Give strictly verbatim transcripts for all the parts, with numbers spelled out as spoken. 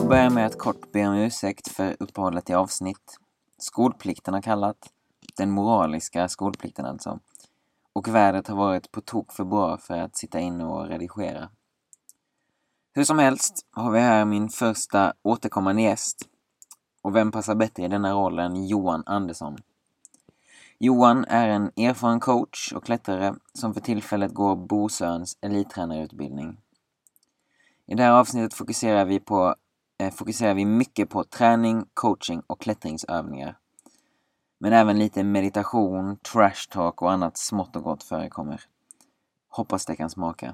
får börja med att kort be om ursäkt för uppehållet i avsnitt. Skolplikten har kallat. Den moraliska skolplikten alltså. Och vädret har varit på tok för bra för att sitta inne och redigera. Hur som helst har vi här min första återkommande gäst. Och vem passar bättre i denna roll än Johan Andersson? Johan är en erfaren coach och klättrare som för tillfället går Bosöns elittränarutbildning. I det här avsnittet fokuserar vi, på, eh, fokuserar vi mycket på träning, coaching och klättringsövningar. Men även lite meditation, trash talk och annat smått och gott förekommer. Hoppas det kan smaka.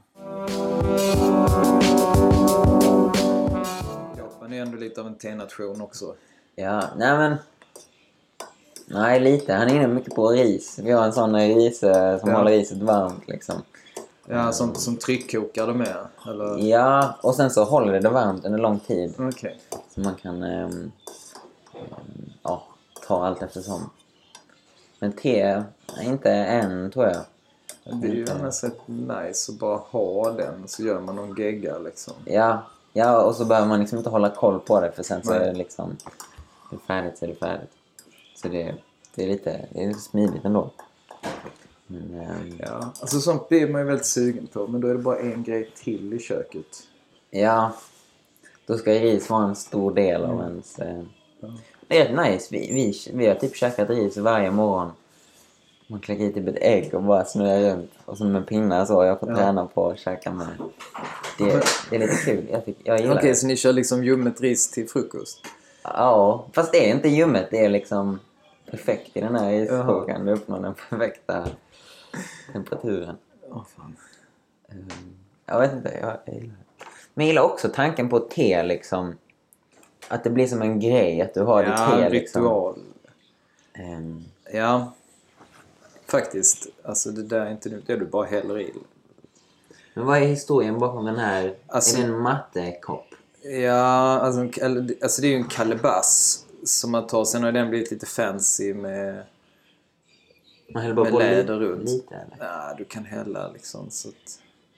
Japan är ändå lite av en T-nation också. Ja, nej men... Nej, lite. Han är inne mycket på ris. Vi har en sån ris som ja. håller riset varmt liksom. Ja, som, som tryckkokar det med, eller? Ja, och sen så håller det det varmt under lång tid. Okej. Okay. Så man kan ähm, ja, ta allt eftersom. Men te är inte än, tror jag. Det är ju annars rätt nice att bara ha den, så gör man någon gegga liksom. Ja, ja, och så behöver man liksom inte hålla koll på det, för sen så Nej. är det liksom det är färdigt så är det färdigt. Så det, det, är, lite, det är lite smidigt ändå. Men, ähm, ja, alltså sånt blir man ju väldigt sugen på, men då är det bara en grej till i köket. Ja, då ska ris vara en stor del av mm. ens... Äh, ja. Det är rätt nice. Vi, vi, vi har typ käkat ris varje morgon. Man kläcker i typ ett ägg och bara snurrar runt. Och så med pinnar så. Jag får ja. träna på att käka med. Det, det är lite kul. Jag, tyck, jag gillar Okej, okay, det. så ni kör liksom ljummet ris till frukost? Ja, fast det är inte ljummet. Det är liksom perfekt i den här riskåkan. Du uppnår den perfekta temperaturen. Åh fan. Um, jag vet inte, jag, jag gillar det. Men jag gillar också tanken på te liksom. Att det blir som en grej att du har ja, ditt te en liksom. Ritual. Um, ja, faktiskt. Alltså det där är inte nu, det är du bara häller i. Men vad är historien bakom den här? Alltså, är det en mattekopp? Ja, alltså, alltså det är ju en kalebass som man tar. Sen har den blivit lite fancy med, man häller bara med på läder lite, runt. Lite, eller? Ja, du kan hälla liksom så att...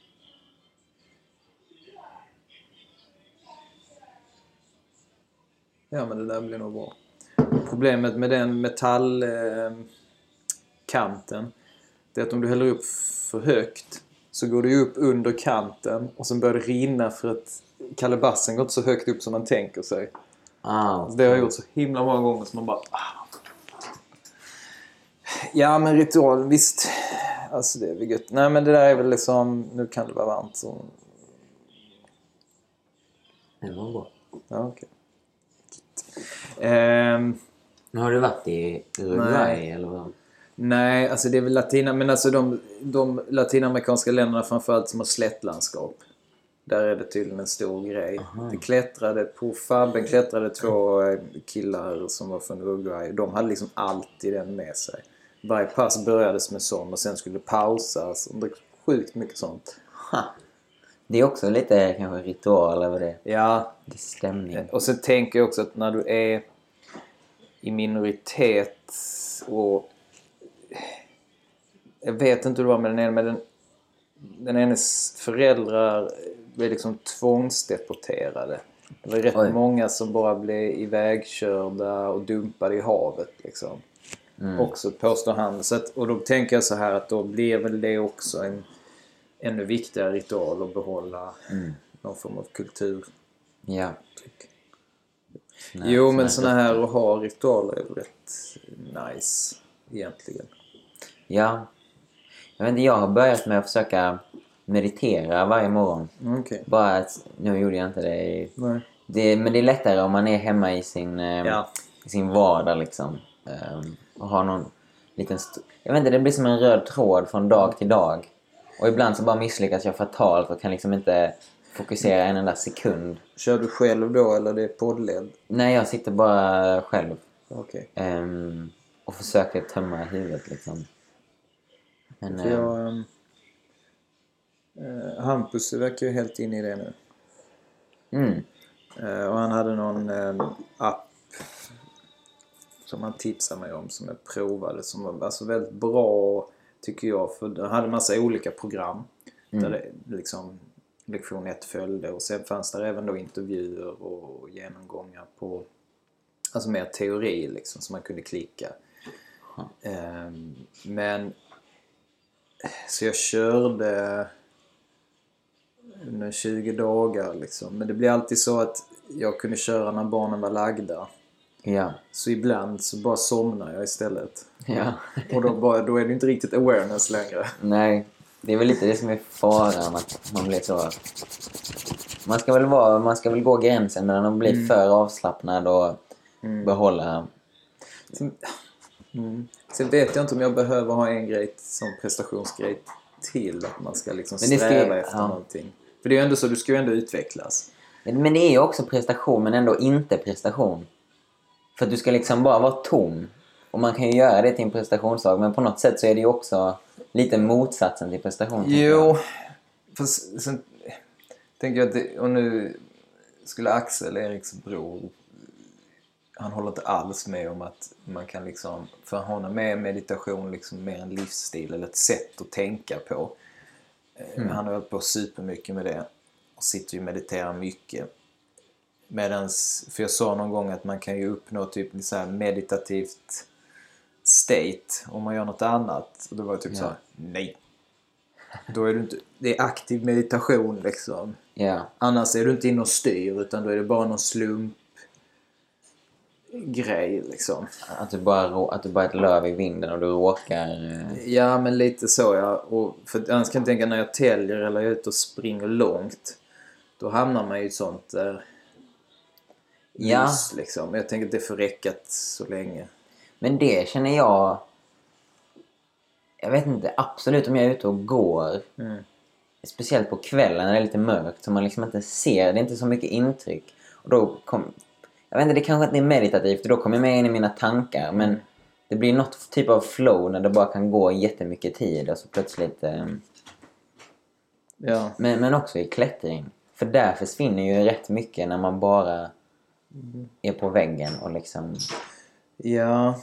Ja, men det där blir nog bra. Problemet med den metallkanten eh, det är att om du häller upp för högt så går du upp under kanten och sen börjar det rinna för att kalebassen går inte så högt upp som man tänker sig. Ah, okay. Det har jag gjort så himla många gånger som man bara... Ah. Ja, men ritual, visst. Alltså det är väl gött. Nej, men det där är väl liksom... Nu kan det vara varmt så... Det var bra. Ja, okej. Okay. Um, har du varit i Uruguay eller vad? Nej, alltså det är väl latina, men alltså de, de latinamerikanska länderna framförallt som har slättlandskap. Där är det tydligen en stor grej. Aha. Det klättrade på Fabben klättrade två killar som var från Uruguay. De hade liksom alltid den med sig. Varje pass börjades med sånt och sen skulle det pausas. Och det är sjukt mycket sånt. Ha. Det är också lite kanske ritual över det. Ja. Det är stämning. Och så tänker jag också att när du är i minoritet och jag vet inte hur det var med den ena, men den, den enes föräldrar blev liksom tvångsdeporterade. Det var rätt Oj. många som bara blev ivägkörda och dumpade i havet liksom. Mm. Också påstår han. Så att, och då tänker jag så här att då blir väl det också en ännu viktigare ritual att behålla mm. någon form av kultur. Ja. Nej, jo, men såna här att ha ritualer är rätt nice egentligen. Ja. Jag vet inte, jag har börjat med att försöka meditera varje morgon. Okay. Bara att, nu gjorde jag inte det, i, Nej. det men det är lättare om man är hemma i sin, eh, ja. i sin vardag liksom. Um, och har någon liten... St- jag vet inte, det blir som en röd tråd från dag till dag. Och ibland så bara misslyckas jag fatalt och kan liksom inte fokusera en enda sekund. Kör du själv då eller det är poddled? Nej, jag sitter bara själv. Okej. Okay. Um, och försöker tömma huvudet liksom. Men, För jag, um, uh, Hampus verkar ju helt inne i det nu. Mm. Uh, och han hade någon um, app som han tipsade mig om som jag provade som var alltså väldigt bra tycker jag, för den hade massa olika program mm. där det liksom lektion ett följde. Och sen fanns det även då intervjuer och genomgångar på, alltså mer teori liksom, som man kunde klicka. Mm. Men så jag körde under tjugo dagar liksom. Men det blir alltid så att jag kunde köra när barnen var lagda. Ja. Så ibland så bara somnar jag istället. Ja. Och då, bara, då är det inte riktigt awareness längre. Nej, det är väl lite det som är faran, att man blir så... Man ska väl, vara, man ska väl gå gränsen mellan att bli mm. för avslappnad och mm. behålla... Sen, mm. Sen vet jag inte om jag behöver ha en grej som prestationsgrej till. Att man ska liksom sträva ska, efter ja. någonting. För det är ju ändå så, du ska ju ändå utvecklas. Men, men det är ju också prestation, men ändå inte prestation. För att du ska liksom bara vara tom. Och man kan ju göra det till en prestationsdag, men på något sätt så är det ju också lite motsatsen till prestation. Jo, fast sen tänker jag att det, och nu skulle Axel, Eriks bror, han håller inte alls med om att man kan liksom, för honom är meditation liksom mer en livsstil eller ett sätt att tänka på. Mm. Han har hållit på supermycket med det och sitter ju och mediterar mycket. Medans, för jag sa någon gång att man kan ju uppnå typ så här meditativt state om man gör något annat. Och då var det typ ja. så här, nej. Då är du inte, det är aktiv meditation liksom. Ja. Annars är du inte inne och styr, utan då är det bara någon slump grej liksom. Att du bara, att du bara är ett löv i vinden och du råkar... Ja, men lite så ja. Och för annars kan jag tänka, när jag täljer eller jag är ute och springer långt, då hamnar man ju i ett sånt där ja. lys liksom. Jag tänker att det får räcka så länge. Men det känner jag... Jag vet inte, absolut om jag är ute och går. Mm. Speciellt på kvällen när det är lite mörkt, så man liksom inte ser, det är inte så mycket intryck. Och då kom, jag vet inte, det kanske inte är meditativt, då kommer jag med in i mina tankar. Men det blir något typ av flow när det bara kan gå jättemycket tid och så plötsligt... Eh, ja. men, men också i klättring. För där försvinner ju rätt mycket när man bara mm. är på väggen och liksom... Ja...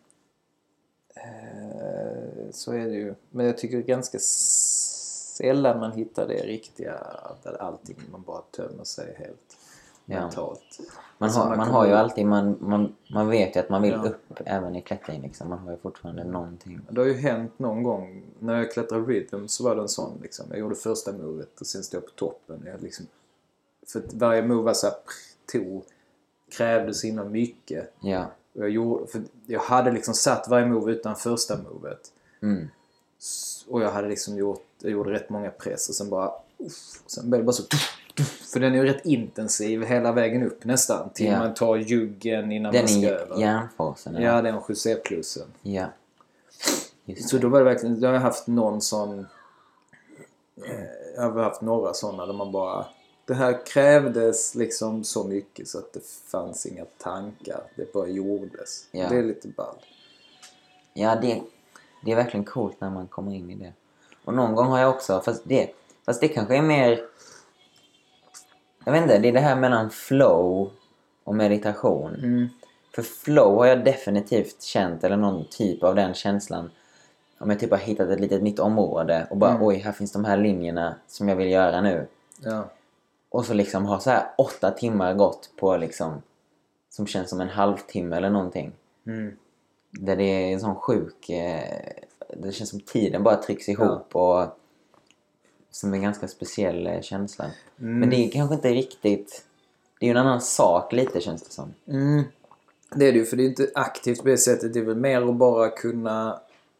Så är det ju. Men jag tycker ganska sällan man hittar det riktiga, där allting man bara tömmer sig helt ja. mentalt. Man har, man, man har ju alltid, man, man, man vet ju att man vill ja. upp även i klättring liksom. Man har ju fortfarande någonting. Det har ju hänt någon gång, när jag klättrade rhythm så var det en sån liksom. Jag gjorde första movet och sen stod jag på toppen. Jag liksom, för att varje move var så här, tog, krävde så himla mycket. Ja. Och jag, gjorde, för jag hade liksom satt varje move utan första movet. Mm. Och jag hade liksom gjort, jag gjorde rätt många press och sen bara, uff, och sen blev det bara så, för den är ju rätt intensiv hela vägen upp nästan, till yeah. man tar juggen innan den man ska över. Den i järnfasen? Ja, den sju C-plussen. Ja. Just så det. Då var det verkligen, då har jag haft någon sån, eh, jag har haft några sådana där man bara, det här krävdes liksom så mycket så att det fanns inga tankar, det bara gjordes. Yeah. Det är lite ball. Ja, det Det är verkligen coolt när man kommer in i det. Och någon gång har jag också... Fast det, fast det kanske är mer... Jag vet inte, det är det här mellan flow och meditation. Mm. För flow har jag definitivt känt, eller någon typ av den känslan. Om jag typ har hittat ett litet nytt område och bara, mm. oj, här finns de här linjerna som jag vill göra nu. Ja. Och så liksom har så här åtta timmar gått på liksom... Som känns som en halvtimme eller någonting. Mm. Där det är en sån sjuk... Eh, det känns som tiden bara trycks ihop ja. och... Som en ganska speciell eh, känsla. Mm. Men det är kanske inte riktigt... Det är ju en annan sak lite, känns det som. Mm. Det är det ju, för det är inte aktivt på det sättet. Det är väl mer att bara kunna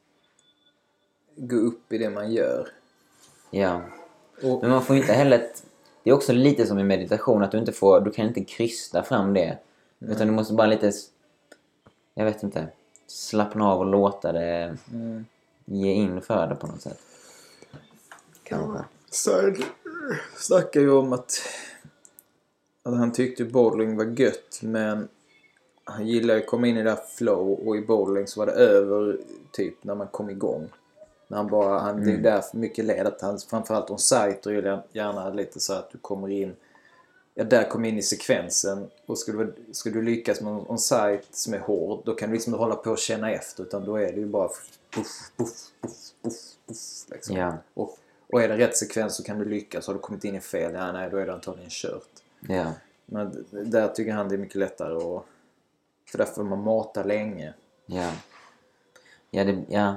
gå upp i det man gör. Ja. Och... Men man får ju inte heller... Ett, det är också lite som i meditation att du inte får... Du kan inte krysta fram det. Mm. Utan du måste bara lite... Jag vet inte... Slappna av och låta det mm. ge in för det på något sätt. Kanske. Så snackar ju om att, att han tyckte bowling var gött, men han gillade att komma in i det här flow, och i bowling så var det över typ när man kom igång. När han bara, han, mm. det är därför mycket led att han, framförallt on site, och gärna lite så att du kommer in, ja, där kom in i sekvensen, och skulle, skulle du lyckas med en on-site som är hård, då kan du liksom hålla på och känna efter, utan då är det ju bara puff, puff, puff, puff, puff, liksom. Ja. Och, Och är det rätt sekvens så kan du lyckas. Har du kommit in i fel, ja, nej, då är det antagligen kört. Ja. Men där tycker han det är mycket lättare att... För därför får man mata länge. Ja. Ja, det, ja.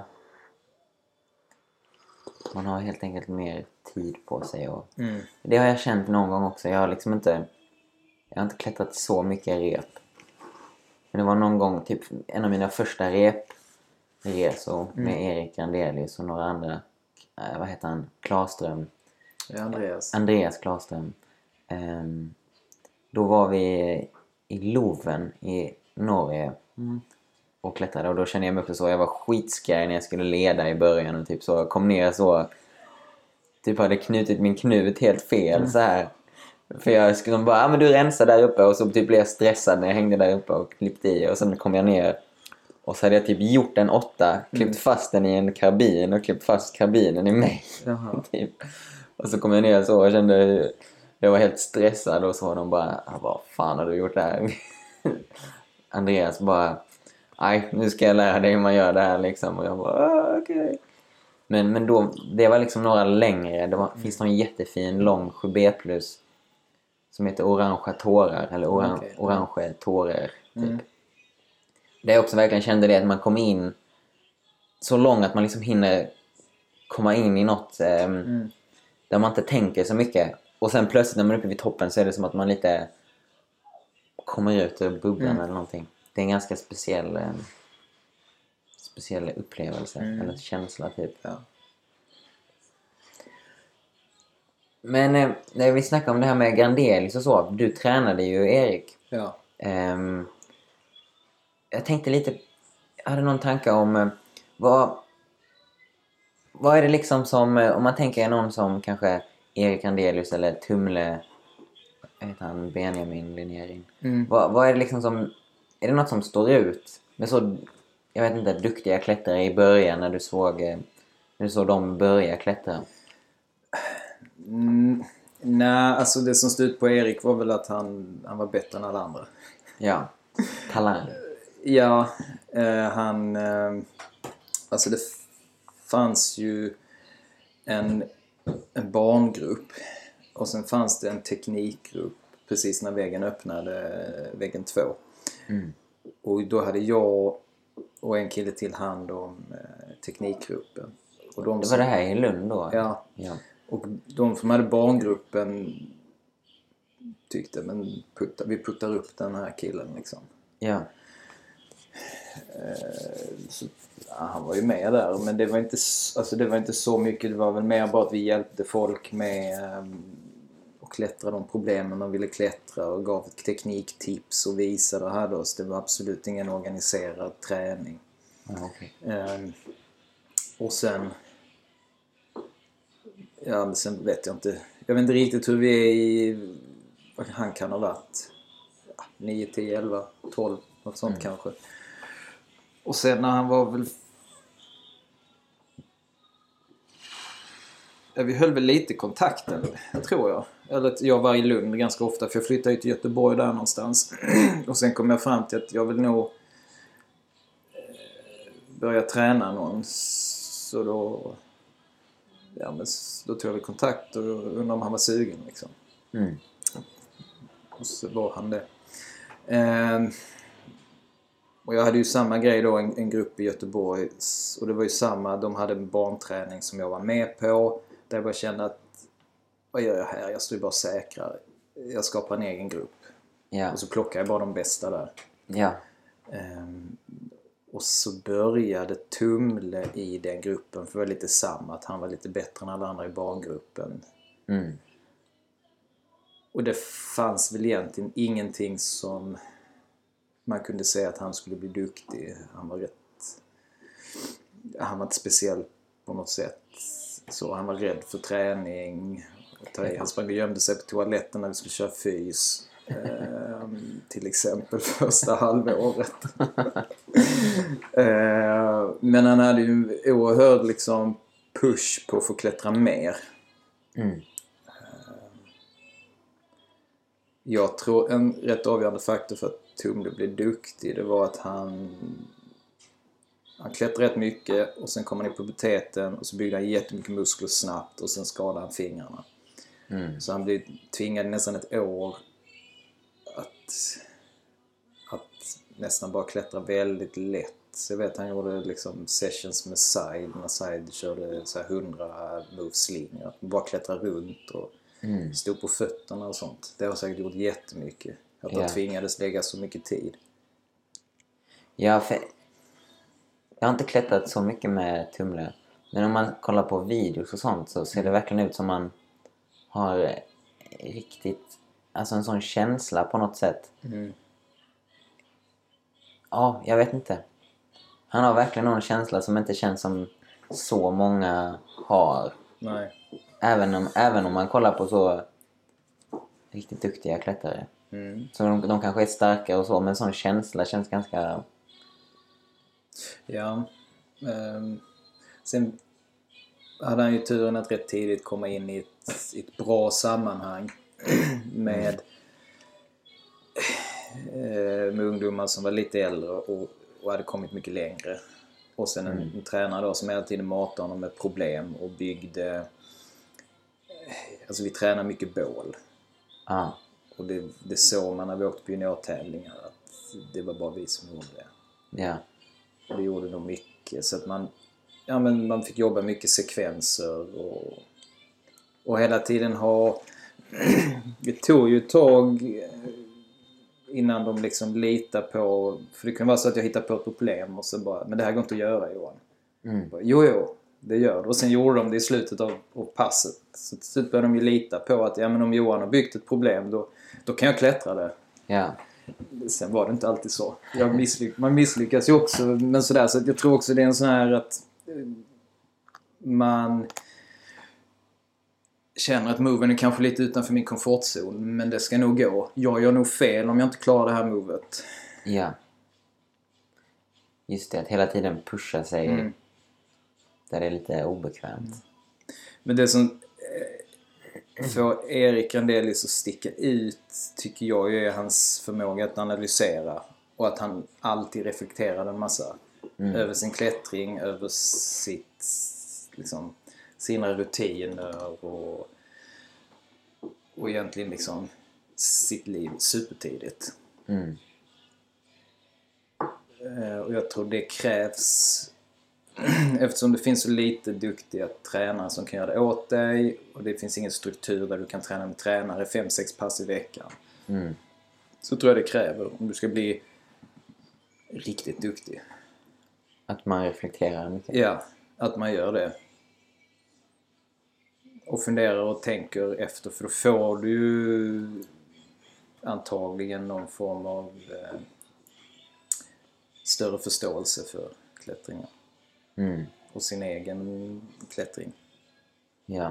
Man har helt enkelt mer tid på sig. Och Mm. det har jag känt någon gång också. Jag har liksom inte... Jag har inte klättrat så mycket rep. Men det var någon gång, typ en av mina första represor mm. med Erik Grandelius och några andra. Äh, vad heter han? Klarström. Ja, Andreas. Andreas Klarström. Um, då var vi i Loven i Norge. Mm. Och klättrade. Och då kände jag mig också så. Jag var skitskraj när jag skulle leda i början. Och typ så kom ner så. Typ hade knutit min knut helt fel mm. så här. För jag skulle bara, ah, men du rensar där uppe. Och så typ blev jag stressad när jag hängde där uppe och klippte i. Och sen kom jag ner. Och så hade jag typ gjort en åtta. Klippt mm. fast den i en karbin. Och klippt fast karbinen i mig. typ. Och så kom jag ner så och kände... Jag var helt stressad. Och så var de bara, ah, vad fan har du gjort där? Andreas bara... Nej, nu ska jag lära dig hur man gör det här liksom. Och jag bara, ah, okej. Okay. Men, men då, det var liksom några längre. Det var, mm. finns någon jättefin lång sju B plus som heter Orangea tårar. Eller oran, okay. Orange tårar typ. Mm. Det jag också verkligen kände det att man kom in så långt att man liksom hinner komma in i något eh, mm. där man inte tänker så mycket. Och sen plötsligt när man är uppe vid toppen så är det som att man lite kommer ut ur bubblan mm. eller någonting. Det är en ganska speciell eh, speciell upplevelse mm. eller känsla typ. Ja. Men eh, när vi snackar om det här med Grandelius och så, du tränade ju Erik. Ja. Um, jag tänkte lite, jag hade någon tanke om eh, vad vad är det liksom som, eh, om man tänker någon som kanske Erik Grandelius eller Tumle, heter han Benjamin Linnéring. Mm. Vad, vad är det liksom som, är det något som står ut med så, jag vet inte, duktiga klättrare i början när du såg när du såg dem börja klättra? Mm, nej, alltså det som stod ut på Erik var väl att han, han var bättre än alla andra. Ja, talang. ja, eh, han eh, alltså det fanns ju en, en barngrupp och sen fanns det en teknikgrupp precis när väggen öppnade, väggen två. Mm. Och då hade jag och en kille till hand om eh, teknikgruppen. Och de det var som, det här i Lund då? Ja. ja. Och de som hade barngruppen tyckte, men putta, vi puttar upp den här killen liksom. Ja. Eh, så, ja, han var ju med där, men det var inte, alltså det var inte så mycket. Det var väl mer bara att vi hjälpte folk med eh, att klättra de problemen man ville klättra och gav tekniktips och visade och hade oss. Det var absolut ingen organiserad träning. Ja, okay. eh, och sen ja, men sen vet jag inte. Jag vet inte riktigt hur vi är i... Han kan ha varit ja, nio, tio, elva, tolv. Något sånt mm. kanske. Och sen när han var väl... Ja, vi höll väl lite kontakten, tror jag. Eller jag var i Lund ganska ofta. För jag flyttade ju till Göteborg där någonstans. Och sen kom jag fram till att jag vill nog börja träna någon. Så då... Ja, men då tog vi kontakt och undrade om han var sugen liksom. Mm. Och så var han det. Ehm, och jag hade ju samma grej då, en, en grupp i Göteborg. Och det var ju samma, de hade en barnträning som jag var med på. Där jag bara kände att, vad gör jag här? Jag står ju bara säkrare. Jag skapar en egen grupp. Ja. Och så plockar jag bara de bästa där. Ja. Ehm, Och så började Tumle i den gruppen. För det var lite samma. Att han var lite bättre än alla andra i barngruppen. Mm. Och det fanns väl egentligen ingenting som man kunde säga att han skulle bli duktig. Han var rätt... Han var inte speciell på något sätt. Så han var rädd för träning. Han sprang och gömde sig på toaletten när vi skulle köra fys. Eh, till exempel första halvåret. eh, men han hade ju en oerhörd liksom push på att få klättra mer. Mm. eh, jag tror en rätt avgörande faktor för att Tumle blev duktig, det var att han Han klättrade rätt mycket och sen kom han i puberteten och så byggde han jättemycket muskler snabbt och sen skadade han fingrarna. Mm. Så han blev tvingad nästan ett år att, att nästan bara klättra väldigt lätt. Så jag vet han gjorde liksom sessions med Side, när Side körde så här hundra moves-linjer. Bara klättra runt och Mm. stå på fötterna och sånt. Det har säkert gjort jättemycket. Att Ja. de tvingades lägga så mycket tid. Ja, för jag har inte klättrat så mycket med tumlare. Men om man kollar på videos och sånt så ser det verkligen ut som man har riktigt, alltså en sån känsla på något sätt. Mm. Ja, jag vet inte. Han har verkligen någon känsla som inte känns som så många har. Nej. Även om, även om man kollar på så riktigt duktiga klättrare. Mm. Så de, de kanske är starka och så, men sån känsla känns ganska... Ja. Um, sen hade han ju turen att rätt tidigt komma in i ett, i ett bra sammanhang med, eh, med ungdomar som var lite äldre och, och hade kommit mycket längre. Och sen en, en tränare då som hela tiden matade honom med problem och byggde... Alltså vi tränar mycket bål. Ja. Och det, det såg man när vi åkte på juniortävlingar att det var bara vi som gjorde det. Ja. Och det gjorde de mycket. Så att man, ja, men man fick jobba mycket sekvenser och, och hela tiden ha... Det tog ju ett tag innan de liksom litar på... För det kan vara så att jag hittar på ett problem och så bara, men det här går inte att göra, Johan. Mm. Bara, jo, jo, det gör det. Och sen gjorde de det i slutet av, av passet. Så till slut började de ju lita på att ja, men om Johan har byggt ett problem då, då kan jag klättra det. Ja. Sen var det inte alltid så. Jag misslyck- man misslyckas ju också, men sådär. Så jag tror också det är en sån här att man känner att moven är kanske lite utanför min komfortzon, men det ska nog gå. Jag gör nog fel om jag inte klarar det här movet. Ja. Just det, att hela tiden pusha sig Mm. där det är lite obekvämt. Men det som eh, får Erik Randelis att sticka ut tycker jag ju är hans förmåga att analysera och att han alltid reflekterar en massa Mm. över sin klättring, över sitt liksom, sina rutiner och och egentligen liksom sitt liv supertidigt. Mm. Eh, och jag tror det krävs eftersom det finns så lite duktiga tränare som kan göra det åt dig och det finns ingen struktur där du kan träna med tränare fem sex pass i veckan. Mm. Så tror jag det kräver om du ska bli riktigt duktig. Att man reflekterar mycket. Ja, att man gör det. Och funderar och tänker efter, för då får du ju antagligen någon form av eh, större förståelse för klättringen. Mm. Och sin egen klättring. Ja.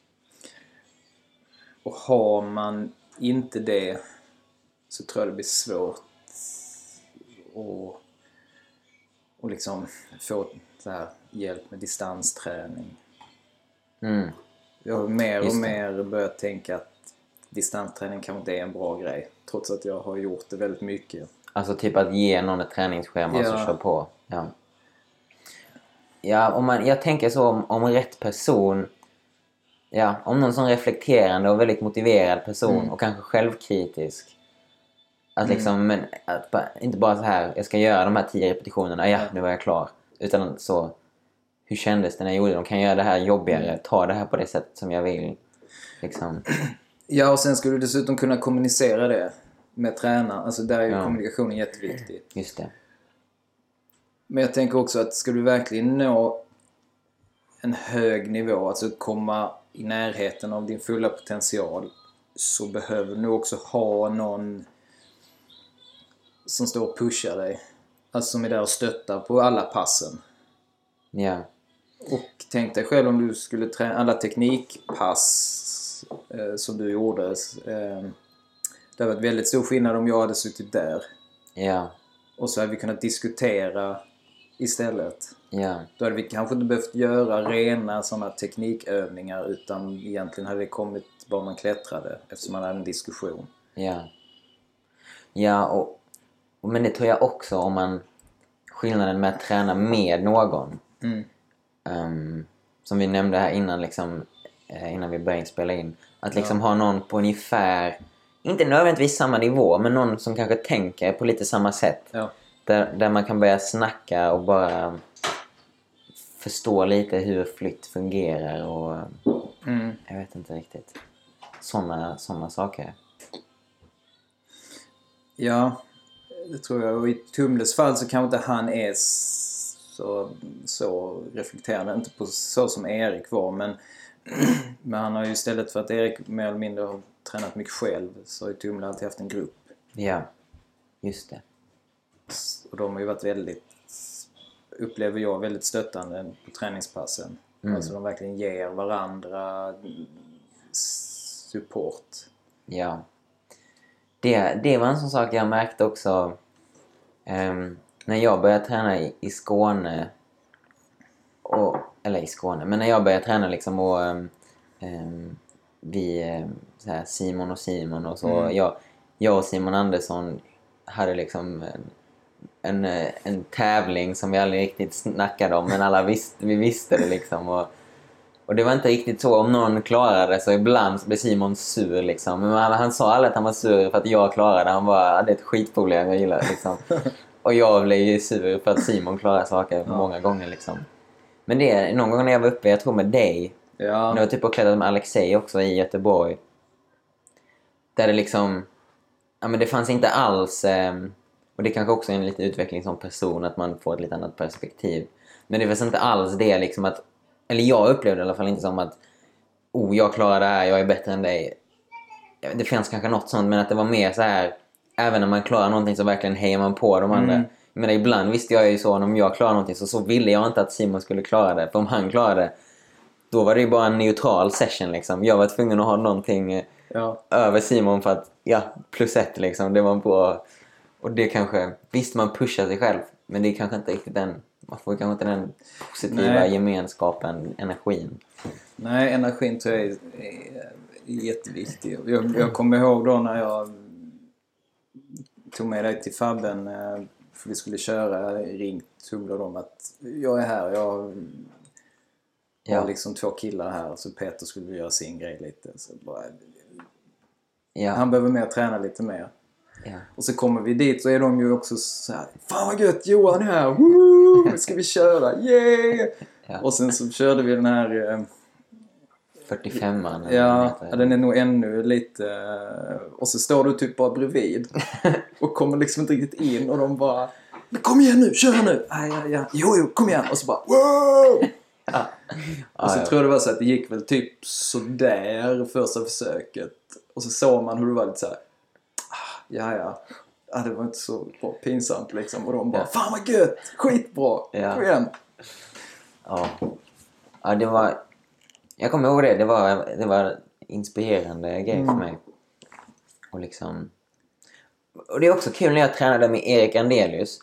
Och har man inte det så tror jag det blir svårt att och liksom få så här hjälp med distansträning. Mm. Jag har mer och Just det. mer börjat tänka att distansträning kanske inte är en bra grej. Trots att jag har gjort det väldigt mycket. Alltså typ att ge någon ett träningsschema och så Ja. kör på. Ja. Ja, om man, jag tänker så om, om rätt person... Ja, om någon sån reflekterande och väldigt motiverad person Mm. och kanske självkritisk. Att Mm. liksom, men att bara, inte bara så här, jag ska göra de här tio repetitionerna, ja, Ja. nu var jag klar. Utan så, hur kändes det när jag gjorde det? De kan göra det här jobbigare, Mm. ta det här på det sätt som jag vill. Liksom. Ja, och sen ska du dessutom kunna kommunicera det med tränaren. Alltså där är ju Ja. kommunikationen jätteviktig. Just det. Men jag tänker också att ska du verkligen nå en hög nivå, alltså komma i närheten av din fulla potential, så behöver du också ha någon som står och pushar dig. Alltså som är där och stöttar på alla passen. Ja. Och tänk dig själv om du skulle träna alla teknikpass eh, som du gjorde. Eh, det hade varit väldigt stor skillnad om jag hade suttit där. Ja. Och så hade vi kunnat diskutera istället. Ja. Då hade vi kanske inte behövt göra rena sådana teknikövningar, utan egentligen hade det kommit bara man klättrade eftersom man hade en diskussion. Ja. Ja, och, och men det tror jag också om man skillnaden med att träna med någon. Mm. Um, som vi nämnde här innan, liksom, eh, innan vi började spela in. Att liksom Ja. ha någon på ungefär, inte nödvändigtvis samma nivå, men någon som kanske tänker på lite samma sätt. Ja. Där, där man kan börja snacka och bara förstå lite hur flytt fungerar och Mm. jag vet inte riktigt. Såna, såna saker. Ja, det tror jag. Och i Tumles fall så kanske inte han är så, så reflekterande. Inte på så som Erik var. Men, men han har ju istället för att Erik mer eller mindre har tränat mycket själv, så har ju Tumle alltid haft en grupp. Ja, just det. Och de har ju varit väldigt, upplever jag, väldigt stöttande på träningspassen. Mm. Alltså de verkligen ger varandra support. Ja. Det, det var en sån sak jag märkte också um, när jag började träna i, i Skåne. Och, eller i Skåne, men när jag började träna liksom och um, um, vi, um, så här, Simon och Simon och så. Mm. Jag, jag och Simon Andersson hade liksom en, en, en tävling som vi aldrig riktigt snackade om, men alla visste, vi visste det liksom. Och, och det var inte riktigt så, om någon klarade så ibland så blev Simon sur liksom. Men han, han sa aldrig att han var sur för att jag klarade. Han var, det är ett skitproblem jag gillar liksom. Och jag blev ju sur för att Simon klarade saker Ja. många gånger liksom. Men det, någon gång när jag var uppe, jag tror med dig. Ja. Det var typ och klättrat med Alexej också i Göteborg. Där det liksom, ja men det fanns inte alls, eh, och det kanske också är en liten utveckling som person, att man får ett lite annat perspektiv. Men det var inte alls det liksom att, eller jag upplevde i alla fall inte som att oh, jag klarar det här, jag är bättre än dig. Det fanns kanske något sånt, men att det var mer så här, även när man klarar någonting så verkligen hejar man på de andra. Mm. Men ibland visste jag ju så, om jag klarar någonting så, så ville jag inte att Simon skulle klara det. För om han klarade det, då var det ju bara en neutral session liksom. Jag var tvungen att ha någonting Ja. över Simon för att, ja, plus ett liksom. Det var bra. Och det kanske, visst man pushar sig själv, men det är kanske inte riktigt den, man får kanske inte den positiva Nej. gemenskapen, energin. Nej, energin tror jag är, är, är jätteviktig. Jag, jag kommer ihåg då när jag tog med dig till Fabben, för vi skulle köra, ringt Tumle dem att jag är här, jag har Ja. liksom två killar här, så Peter skulle göra sin grej lite. Så bara, Ja. han behöver mer träna lite mer. Ja. Och så kommer vi dit så är de ju också så här, fan vad gött, Johan är här, woo, nu ska vi köra, yeah! Ja. Och sen så körde vi den här eh, fyrtiofemman. eller vad ja, det heter. ja, den är nog ännu lite eh, och så står du typ bara bredvid och kommer liksom inte riktigt in och de bara, men kom igen nu, kör nu, aj, aj, aj. Jo, jo, kom igen, och så bara, wow! Ja. Och så Ja, ja. tror jag det var så att det gick väl typ sådär första försöket. Och så såg man hur det var lite så här. Ah, ja, ja. Ja, det var inte så bra, pinsamt liksom. Och de bara, Ja. fan vad gött, skitbra, Ja. kom igen. Ja. Ja, det var, jag kommer ihåg det, det var, det var inspirerande grej Mm. för mig. Och liksom, och det är också kul när jag tränade med Erik Andelius.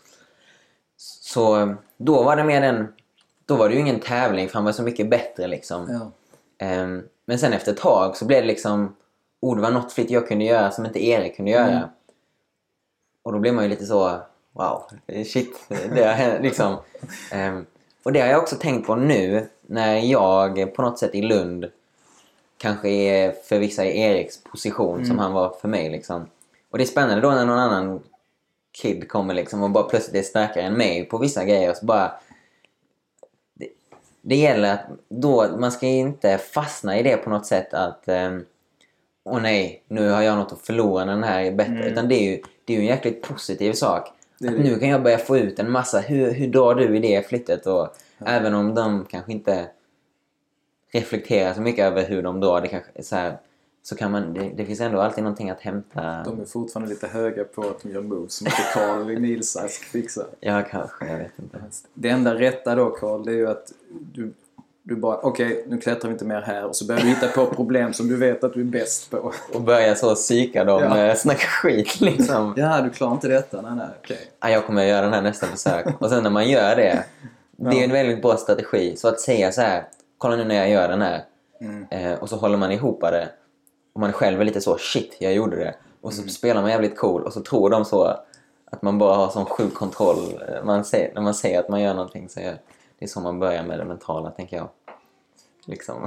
Så då var det mer den, då var det ju ingen tävling för han var så mycket bättre liksom. Ja. Um, men sen efter ett tag så blev det liksom, oh, det var något flitt jag kunde göra som inte Erik kunde göra. Mm. Och då blev man ju lite så, wow, shit, det har hänt, liksom. Um, och det har jag också tänkt på nu när jag på något sätt i Lund kanske är för vissa i Eriks position Mm. som han var för mig liksom. Och det är spännande då när någon annan kid kommer liksom och bara plötsligt är starkare än mig på vissa grejer och så bara, det, det gäller att då, man ska inte fastna i det på något sätt att um, åh nej, nu har jag något att förlora när den här är bättre. Mm. Utan det är ju, det är ju en jäkligt positiv sak. Det är Att det. nu kan jag börja få ut en massa, hur, hur drar du i det flyttet? Och även om de kanske inte reflekterar så mycket över hur de drar, det kanske är så här, så kan man, det, det finns ändå alltid någonting att hämta. De är fortfarande lite höga på att de gör moves som inte Carl i Nilsa ska fixa. Ja, kanske, jag vet inte. Det enda rätta då, Carl, det är ju att du, du bara, okej, okay, nu klättrar vi inte mer här. Och så börjar du hitta på problem som du vet att du är bäst på. Och börja så psyka dem, Ja. ja. Snacka skit liksom. Ja, du klarar inte detta, nej, nej, okej. Okay. Ja, jag kommer att göra den här nästa försök. Och sen när man gör det, det är Ja. en väldigt bra strategi. Så att säga så här, kolla nu när jag gör den här. Mm. Eh, och så håller man ihop det. Och man själv är lite så, shit, jag gjorde det. Och så Mm. spelar man jävligt cool. Och så tror de så Att man bara har sån sjuk kontroll. Man ser, när man säger att man gör någonting så är det är så man börjar med det mentala, tänker jag. Liksom.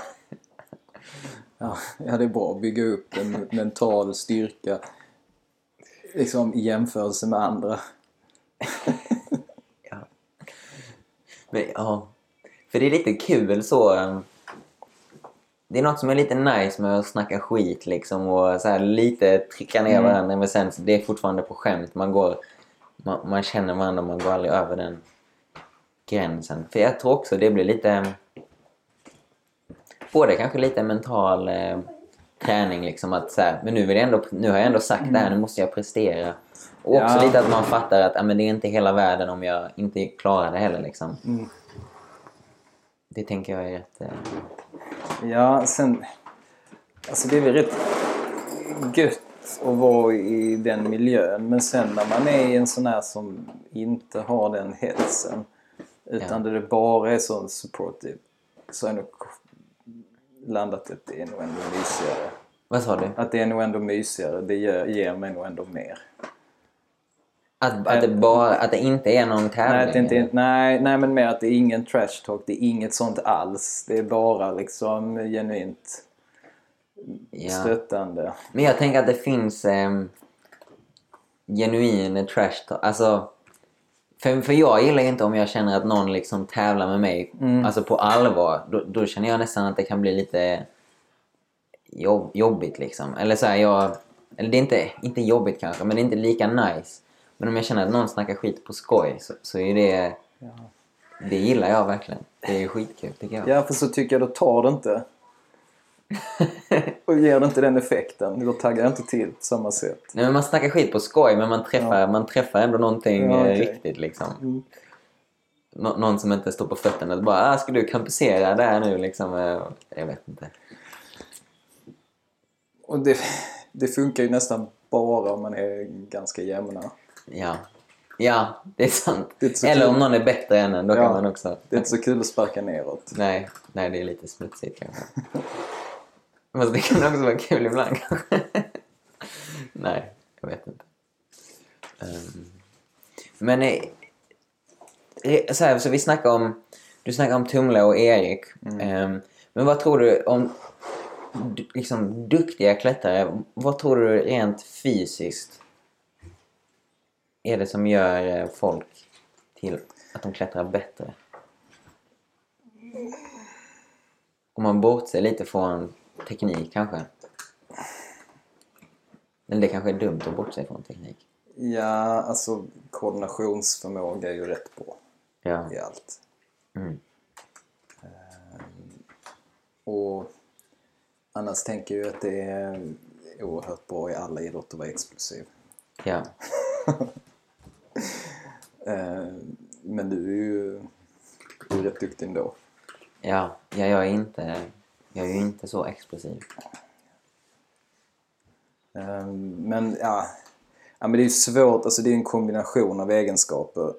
Ja, ja, det är bra att bygga upp en mental styrka liksom i jämförelse med andra. Ja. Men, ja. För det är lite kul så. Det är något som är lite nice med att snacka skit liksom och så här lite trycka ner mm. varandra, men sen det är fortfarande på skämt. Man går man, man känner varandra, man går aldrig över den gränsen. För jag tror också det blir lite både kanske lite mental eh, träning liksom att så här, men nu vill jag ändå nu har jag ändå sagt mm. det här, nu måste jag prestera. Och också ja. lite att man fattar att ja, men det är inte hela världen om jag inte klarar det heller liksom. Mm. Det tänker jag är rätt eh... Ja, sen alltså det är väl rätt gött att vara i den miljön, men sen när man är i en sån här som inte har den hetsen utan ja. där det bara är sån supportive, så är nog landat att det är nog ändå mysigare. Vad sa du? Att det är nog ändå mysigare, det ger, ger mig nog ändå mer. Att, att, det bara, att det inte är någon tävling? Nej, att det inte är, nej, nej, men mer att det är ingen trash talk. Det är inget sånt alls. Det är bara liksom genuint ja. stöttande. Men jag tänker att det finns eh, genuin trash talk. Alltså, för, för jag gillar inte om jag känner att någon liksom tävlar med mig mm. alltså på allvar. Då, då känner jag nästan att det kan bli lite jobb, jobbigt liksom. Eller så här, jag... Eller det är inte, inte jobbigt kanske, men det är inte lika nice. Men om jag känner att någon snackar skit på skoj så, så är det... Ja. Det gillar jag verkligen. Det är skitkul tycker jag. Ja, för så tycker jag då tar det inte. Och ger det inte den effekten. Då taggar jag inte till på samma sätt. Nej, men man snackar skit på skoj, men man träffar, ja. man träffar ändå någonting ja, okay. riktigt liksom. Mm. Nå- någon som inte står på fötterna. Bara, ah, ska du kampusera där nu liksom? Jag vet inte. Och det, det funkar ju nästan bara om man är ganska jämna. Ja, ja det är sant. Det är Eller kul. Om någon är bättre än en, då ja, kan man också... Det är inte så kul att sparka neråt. Nej, nej det är lite smutsigt kanske. Men det kan också vara kul ibland kanske. Nej, jag vet inte. Um, men eh, så, här, så vi snackar om... Du snackar om Tumla och Erik. Mm. Um, men vad tror du om... liksom duktiga klättrare, vad tror du rent fysiskt är det som gör folk till att de klättrar bättre? Om man bortser lite från teknik kanske. Eller det kanske är dumt att bortse från teknik. Ja, alltså koordinationsförmåga är ju rätt bra ja. i allt. Mm. Um, och annars tänker jag att det är oerhört bra i alla idrotter att vara explosiv. Ja. Men du är ju du är rätt duktig ändå. Ja, ja jag är inte jag är ju inte så explosiv. Men ja, ja men det är ju svårt, alltså det är en kombination av egenskaper.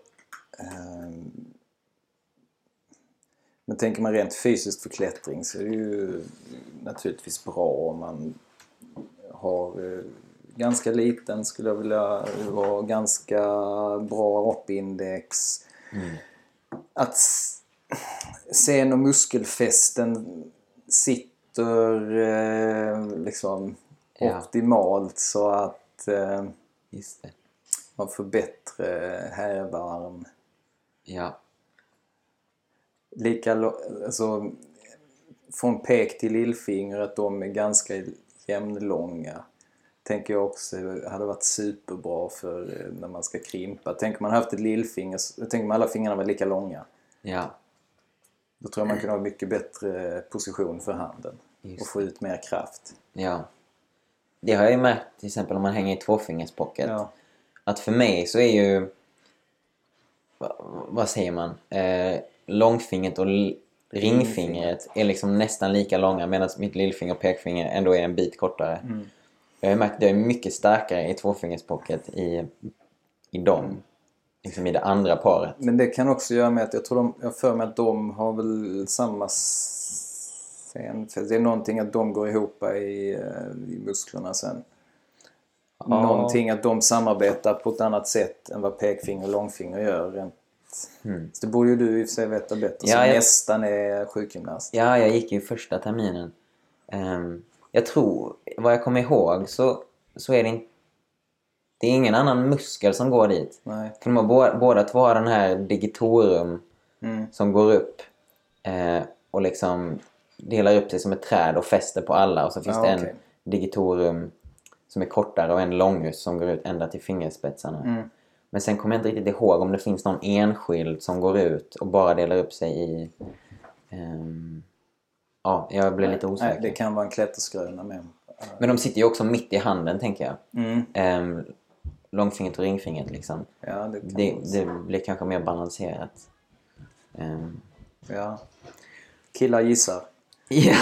Men tänker man rent fysiskt för klättring så är det ju naturligtvis bra om man har ganska liten, skulle jag vilja ha ganska bra hoppindex. Mm. Att sen och muskelfästen sitter eh, liksom ja. optimalt så att eh, Just det. man får bättre hävarm. Ja. Lika alltså från pek till lillfinger att de är ganska jämnlånga. Tänker jag också hade varit superbra för när man ska krympa. Tänker man haft ett lillfinger, tänker man alla fingrarna var lika långa. Ja. Då tror jag man kan ha mycket bättre position för handen. Just och få ut mer kraft. Ja. Det har jag ju märkt till exempel om man hänger i tvåfingerspocket. Ja. Att för mig så är ju vad säger man? Eh, långfingret och ringfingret är liksom nästan lika långa medan mitt lillfinger och pekfinger ändå är en bit kortare. Mm. Jag har märkt att jag är mycket starkare i tvåfingerspocket i, i dem. Liksom i det andra paret. Men det kan också göra med att jag tror de, jag för mig att de har väl samma sen. För det är någonting att de går ihop i, i musklerna sen. ja. någonting att de samarbetar på ett annat sätt än vad pekfinger och långfinger gör. Rent. Mm. Så det borde ju du i och för sig veta bättre, ja, som jag... nästan är sjukgymnast. Ja, jag gick ju första terminen. Um, jag tror, vad jag kommer ihåg så, så är det inte det är ingen annan muskel som går dit. Nej. För de har båda, båda två har den här digitorum mm. som går upp eh, och liksom delar upp sig som ett träd och fäster på alla. Och så finns ja, det okay. en digitorum som är kortare och en långus som går ut ända till fingerspetsarna. Mm. Men sen kommer jag inte riktigt ihåg om det finns någon enskild som går ut och bara delar upp sig i... Um, ja, jag blir lite osäker. Nej, det kan vara en klätterskröna med. Men de sitter ju också mitt i handen, tänker jag. Mm. Um, långfingret och ringfingret liksom. Ja, det, det, det blir kanske mer balanserat. Um. Ja. Killar gissar. Ja.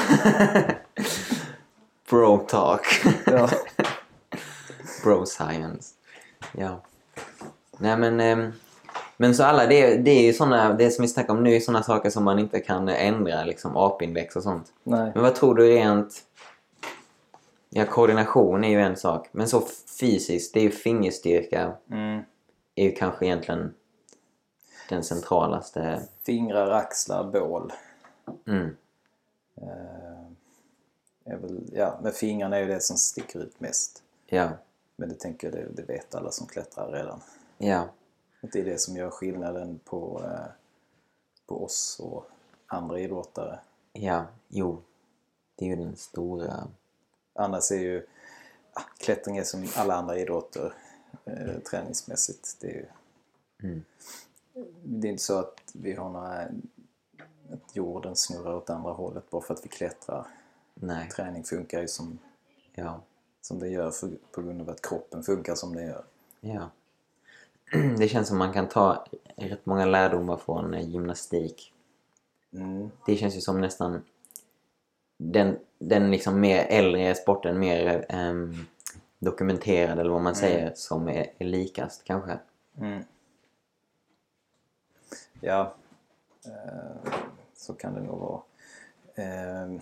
Bro talk. Ja. Bro science. Ja. Nej men... Um, men så alla, det, det är ju såna, det som vi snackar om nu är sådana saker som man inte kan ändra, liksom apindex och sånt. Nej. Men vad tror du rent... Ja, koordination är ju en sak. Men så fysiskt, det är ju fingerstyrka. Mm. Är ju kanske egentligen den centralaste. Fingrar, axlar, bål. Mm. Uh, är väl, ja, men fingrarna är ju det som sticker ut mest. Ja. Men det tänker jag, det, det vet alla som klättrar redan. Ja. Det är det som gör skillnaden på, uh, på oss och andra idrottare. Ja, jo. Det är ju den stora... Annars är ju ja, klättring är som alla andra idrotter eh, träningsmässigt. Det är ju mm. det är inte så att vi har några, att jorden snurrar åt andra hållet bara för att vi klättrar. Nej. Träning funkar ju som, ja. som det gör för, på grund av att kroppen funkar som det gör. Ja. Det känns som man kan ta rätt många lärdomar från gymnastik. Mm. Det känns ju som nästan den, den liksom mer äldre sporten, mer um, dokumenterad eller vad man mm. säger, som är, är likast kanske. Mm. Ja, eh, så kan det nog vara. Eh,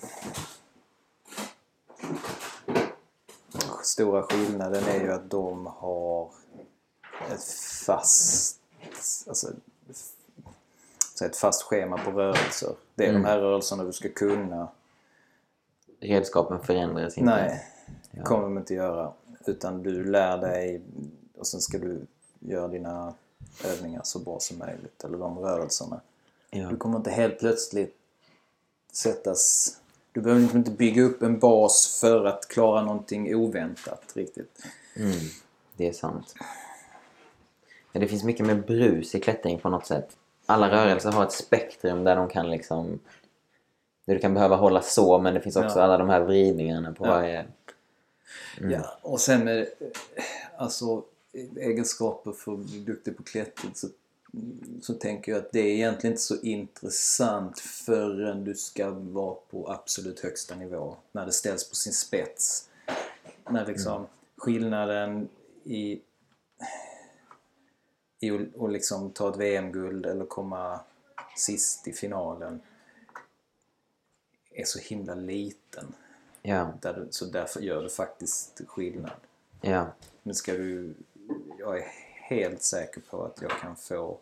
stora skillnaden är ju att de har ett fast, alltså ett fast schema på rörelser. Det är mm. de här rörelserna du ska kunna. Redskapen förändras inte. Nej, det ja. kommer de inte göra. Utan du lär dig och sen ska du göra dina övningar så bra som möjligt. Eller de rörelserna. Ja. Du kommer inte helt plötsligt sättas... Du behöver liksom inte bygga upp en bas för att klara någonting oväntat riktigt. Mm, det är sant. Ja, det finns mycket med brus i klättring på något sätt. Alla rörelser har ett spektrum där de kan liksom... Där du kan behöva hålla så, men det finns också ja. alla de här vridningarna på ja. varje... Mm. Ja, och sen med alltså, egenskaper för att bli duktig på klättring så, så tänker jag att det är egentligen inte så intressant förrän du ska vara på absolut högsta nivå. När det ställs på sin spets. När liksom mm. skillnaden i, i att och liksom ta ett V M-guld eller komma sist i finalen är så himla liten. Ja. Där, så därför gör det faktiskt skillnad. Ja. Men ska du... Jag är helt säker på att jag kan få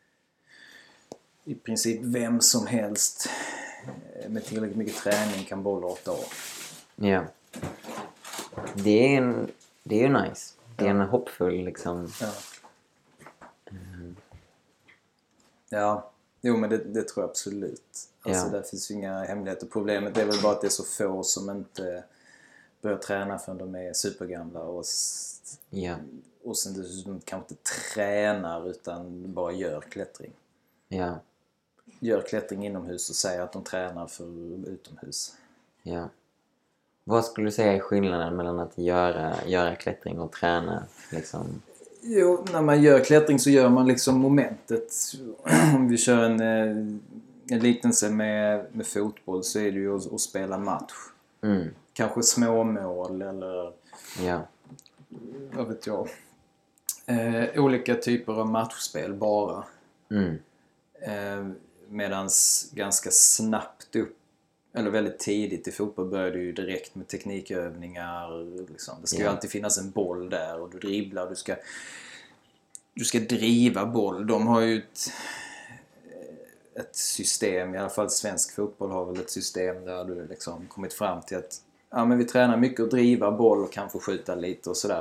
i princip vem som helst med tillräckligt mycket träning kan bolla åtta år. Ja. Det är en, det är ju nice. Det är en hoppfull liksom... Ja. Mm. Ja. Jo, men det, det tror jag absolut. Alltså ja. Där finns ju inga hemligheter. Problemet är väl bara att det är så få som inte börjar träna förrän de är supergamla. Och, ja. och sen de kanske inte tränar utan bara gör klättring. Ja. Gör klättring inomhus och säger att de tränar för utomhus. Ja. Vad skulle du säga är skillnaden mellan att göra, göra klättring och träna liksom? Jo, när man gör klättring så gör man liksom momentet. Om vi kör en, en liknelse med, med fotboll så är det ju att, att spela match. Mm. Kanske små mål eller ja. vad vet jag. Eh, olika typer av matchspel bara. Mm. Eh, medans ganska snabbt upp eller väldigt tidigt i fotboll började du ju direkt med teknikövningar. Liksom. Det ska Ja. ju alltid finnas en boll där och du dribblar och du ska, du ska driva boll. De har ju ett, ett system, i alla fall svensk fotboll har väl ett system där du liksom kommit fram till att ja, men vi tränar mycket att driva boll och kanske skjuta lite och sådär.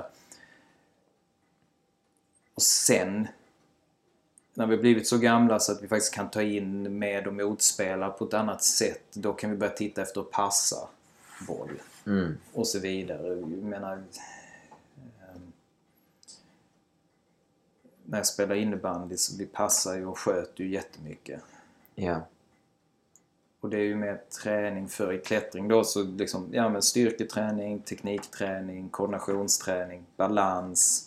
Och sen, när vi blivit så gamla så att vi faktiskt kan ta in med och motspela på ett annat sätt, då kan vi börja titta efter att passa boll. Mm. Och så vidare. Jag menar, um, när jag spelar innebandy så vi passar ju och sköter ju jättemycket. Ja. Och det är ju mer träning för i klättring då, så liksom, ja men styrketräning, teknikträning, koordinationsträning, balans.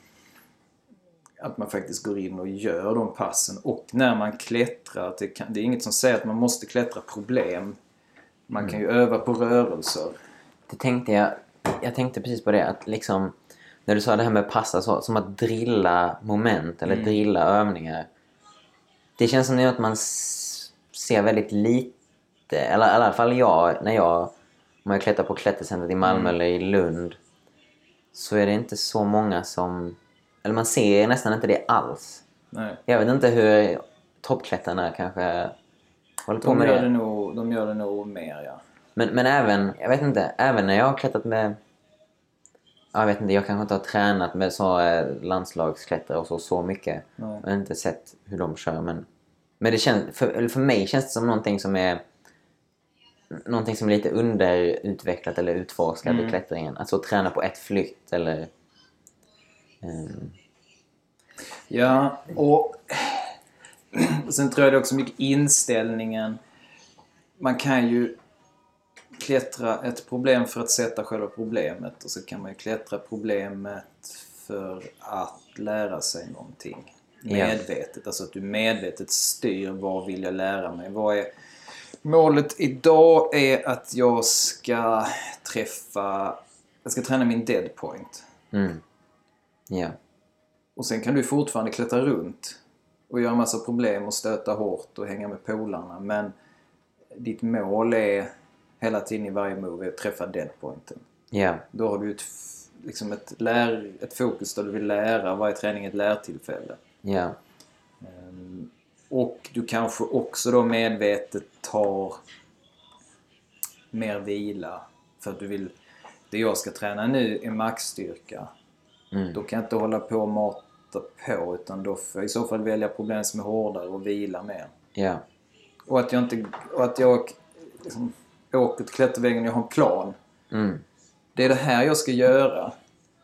Att man faktiskt går in och gör de passen. Och när man klättrar, det, kan, det är inget som säger att man måste klättra problem. Man kan ju öva på rörelser. Det tänkte jag, jag tänkte precis på det, att liksom, när du sa det här med passa, så, som att drilla moment eller mm. drilla övningar. Det känns som att man s- ser väldigt lite, eller i alla fall jag, när jag, om jag klättrar på klättercentret i Malmö mm. eller i Lund, så är det inte så många som, eller man ser nästan inte det alls. Nej. Jag vet inte hur toppklättarna kanske håller på de med gör det. det nog, de gör det nog mer, ja. Men, men även, jag vet inte, även när jag har klättrat med, jag vet inte, jag kanske inte har tränat med så landslagsklättrare och så, så mycket. Nej. Jag har inte sett hur de kör, men, men det känns, för, eller för mig känns det som någonting som är någonting som är lite underutvecklat eller utforskat mm. i klättringen. Alltså att träna på ett flytt eller... Um... Ja, och sen tror jag det är också mycket inställningen. Man kan ju klättra ett problem för att sätta själva problemet, och så kan man ju klättra problemet för att lära sig någonting medvetet. Ja. Alltså att du medvetet styr, vad vill jag lära mig? Vad är målet idag? Är att jag ska träffa, jag ska träna min dead point. Mm. Ja. Och sen kan du fortfarande klättra runt och göra massa problem och stöta hårt och hänga med polarna, men ditt mål är hela tiden i varje move att träffa deadpointen. Yeah. Då har du ett, liksom ett, lär, ett fokus där du vill lära, varje träning är ett lärtillfälle. Yeah. Um, och du kanske också då medvetet tar mer vila för att du vill, det jag ska träna nu är maxstyrka. Mm. Då kan jag inte hålla på och mata på, utan då får jag i så fall välja problem som är hårdare och vila mer. Yeah. Och att jag inte, och att jag liksom åker till klätterväggen och jag har en plan. Mm. Det är det här jag ska göra.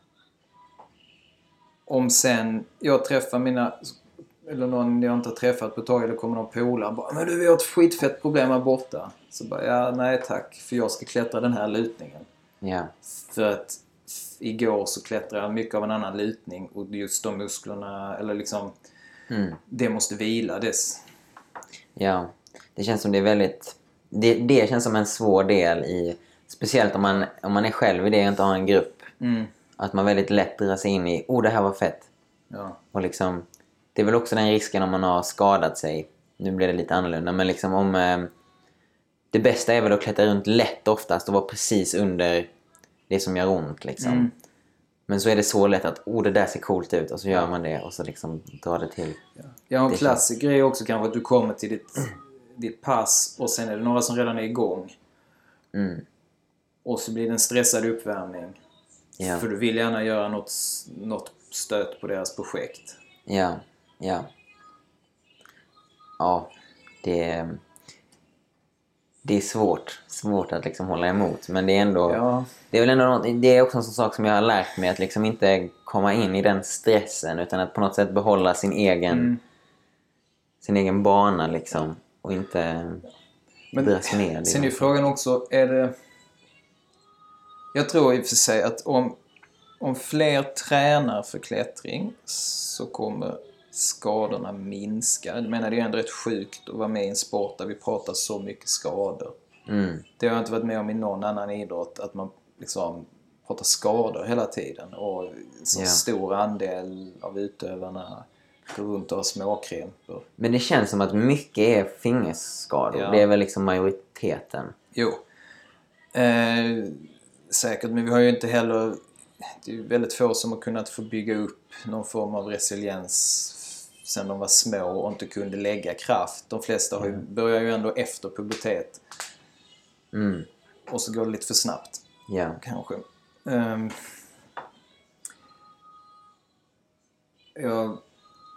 Om sen jag träffar mina, eller någon jag inte har träffat på ett tag, eller kommer någon polare och bara, men du, vi har ett skitfett problem här borta. Så bara, ja nej tack, för jag ska klättra den här lutningen. Yeah. För att igår så klättrade jag mycket av en annan lutning, och just de musklerna, eller liksom mm. det måste vila dess. Ja, det känns som det är väldigt, det, det känns som en svår del i, speciellt om man, om man är själv i det och inte har en grupp. Mm. Att man väldigt lätt drar sig in i, oh det här var fett. Ja. Och liksom, det är väl också den risken om man har skadat sig. Nu blir det lite annorlunda, men liksom om eh, det bästa är väl att klättra runt lätt oftast och vara precis under det som gör ont liksom. Mm. Men så är det så lätt att, oh det där ser coolt ut, och så gör man det och så liksom drar det till. Ja, ja en klassisk grej också kanske att du kommer till ditt, mm. ditt pass och sen är det några som redan är igång. Mm. Och så blir det en stressad uppvärmning. Ja. För du vill gärna göra något, något stöt på deras projekt. Ja, ja. Ja, det, det är svårt. Svårt att liksom hålla emot. Men det är ändå... Ja. Det är väl ändå något, det är också en sån sak som jag har lärt mig, att liksom inte komma in i den stressen, utan att på något sätt behålla sin egen mm. sin egen bana liksom, och inte dras ner. Sen är ju frågan också, är det... Jag tror i och för sig att om, om fler tränar för klättring så kommer skadorna minska. Jag menar, det är ändå rätt sjukt att vara med i en sport där vi pratar så mycket skador. Mm. Det har jag inte varit med om i någon annan idrott, att man liksom pratar skador hela tiden. Och så yeah. stor andel av utövarna går runt och har småkrämpor. Men det känns som att mycket är fingerskador. Ja. Det är väl liksom majoriteten. Jo. Eh, säkert, men vi har ju inte heller... Det är ju väldigt få som har kunnat få bygga upp någon form av resiliens sen de var små och inte kunde lägga kraft. De flesta har ju, börjar ju ändå efter pubertet. Mm. Och så går det lite för snabbt. Ja. Kanske. Um, jag,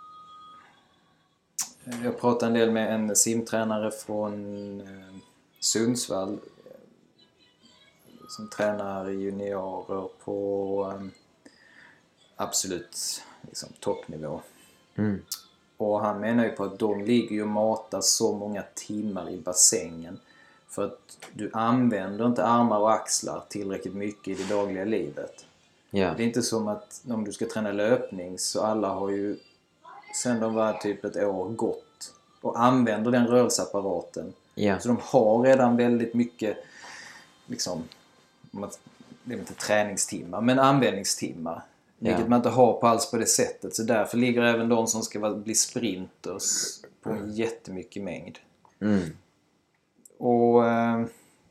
jag pratade en del med en simtränare från uh, Sundsvall som tränar juniorer på um, absolut liksom, toppnivå. Mm. Och han menar ju på att de ligger ju och matar så många timmar i bassängen för att du använder inte armar och axlar tillräckligt mycket i det dagliga livet. Ja. Det är inte som att om du ska träna löpning så alla har ju sen de var typ ett år gått och använder den rörelseapparaten. Ja. Så de har redan väldigt mycket liksom, det är inte träningstimmar men användningstimmar. Vilket Ja. man inte har på alls på det sättet. Så därför ligger även de som ska bli sprinters på en jättemycket mängd. Mm. Och eh,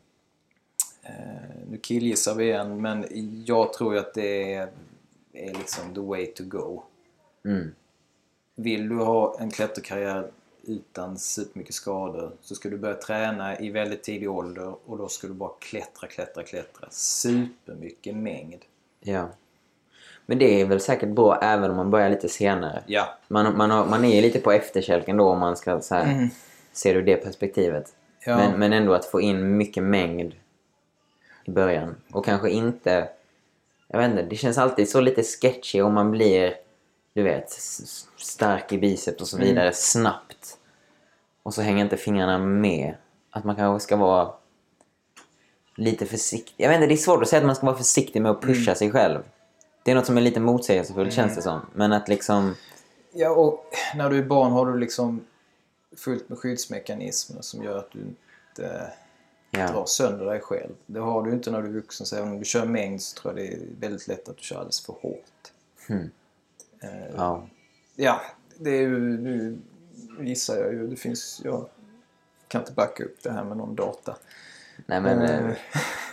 nu killgissar vi igen, men jag tror att det är, är liksom the way to go. Mm. Vill du ha en klätterkarriär utan supermycket skador så ska du börja träna i väldigt tidig ålder och då ska du bara klättra, klättra, klättra. Supermycket mängd. Ja. Men det är väl säkert bra även om man börjar lite senare. Ja. Man, man, har, man är lite på efterkälken då om man ska så här, Mm. se ur det perspektivet. Ja. Men, men ändå att få in mycket mängd i början. Och kanske inte... Jag vet inte, det känns alltid så lite sketchy om man blir, du vet, s- stark i biceps och så vidare Mm. snabbt. Och så hänger inte fingrarna med. Att man kanske ska vara lite försiktig. Jag vet inte, det är svårt att säga att man ska vara försiktig med att pusha Mm. sig själv. Det är något som är lite motsägelsefullt, Mm. känns det som. Men att liksom... Ja, och när du är barn har du liksom fullt med skyddsmekanismer som gör att du inte Ja. drar sönder dig själv. Det har du inte när du är vuxen. Så även om du kör mängd så tror jag det är väldigt lätt att du kör alldeles för hårt. Hmm. Eh, Ja. ja, det är ju... Nu gissar jag ju. Det finns... Jag kan inte backa upp det här med någon data. Nej, men... Eh, eh,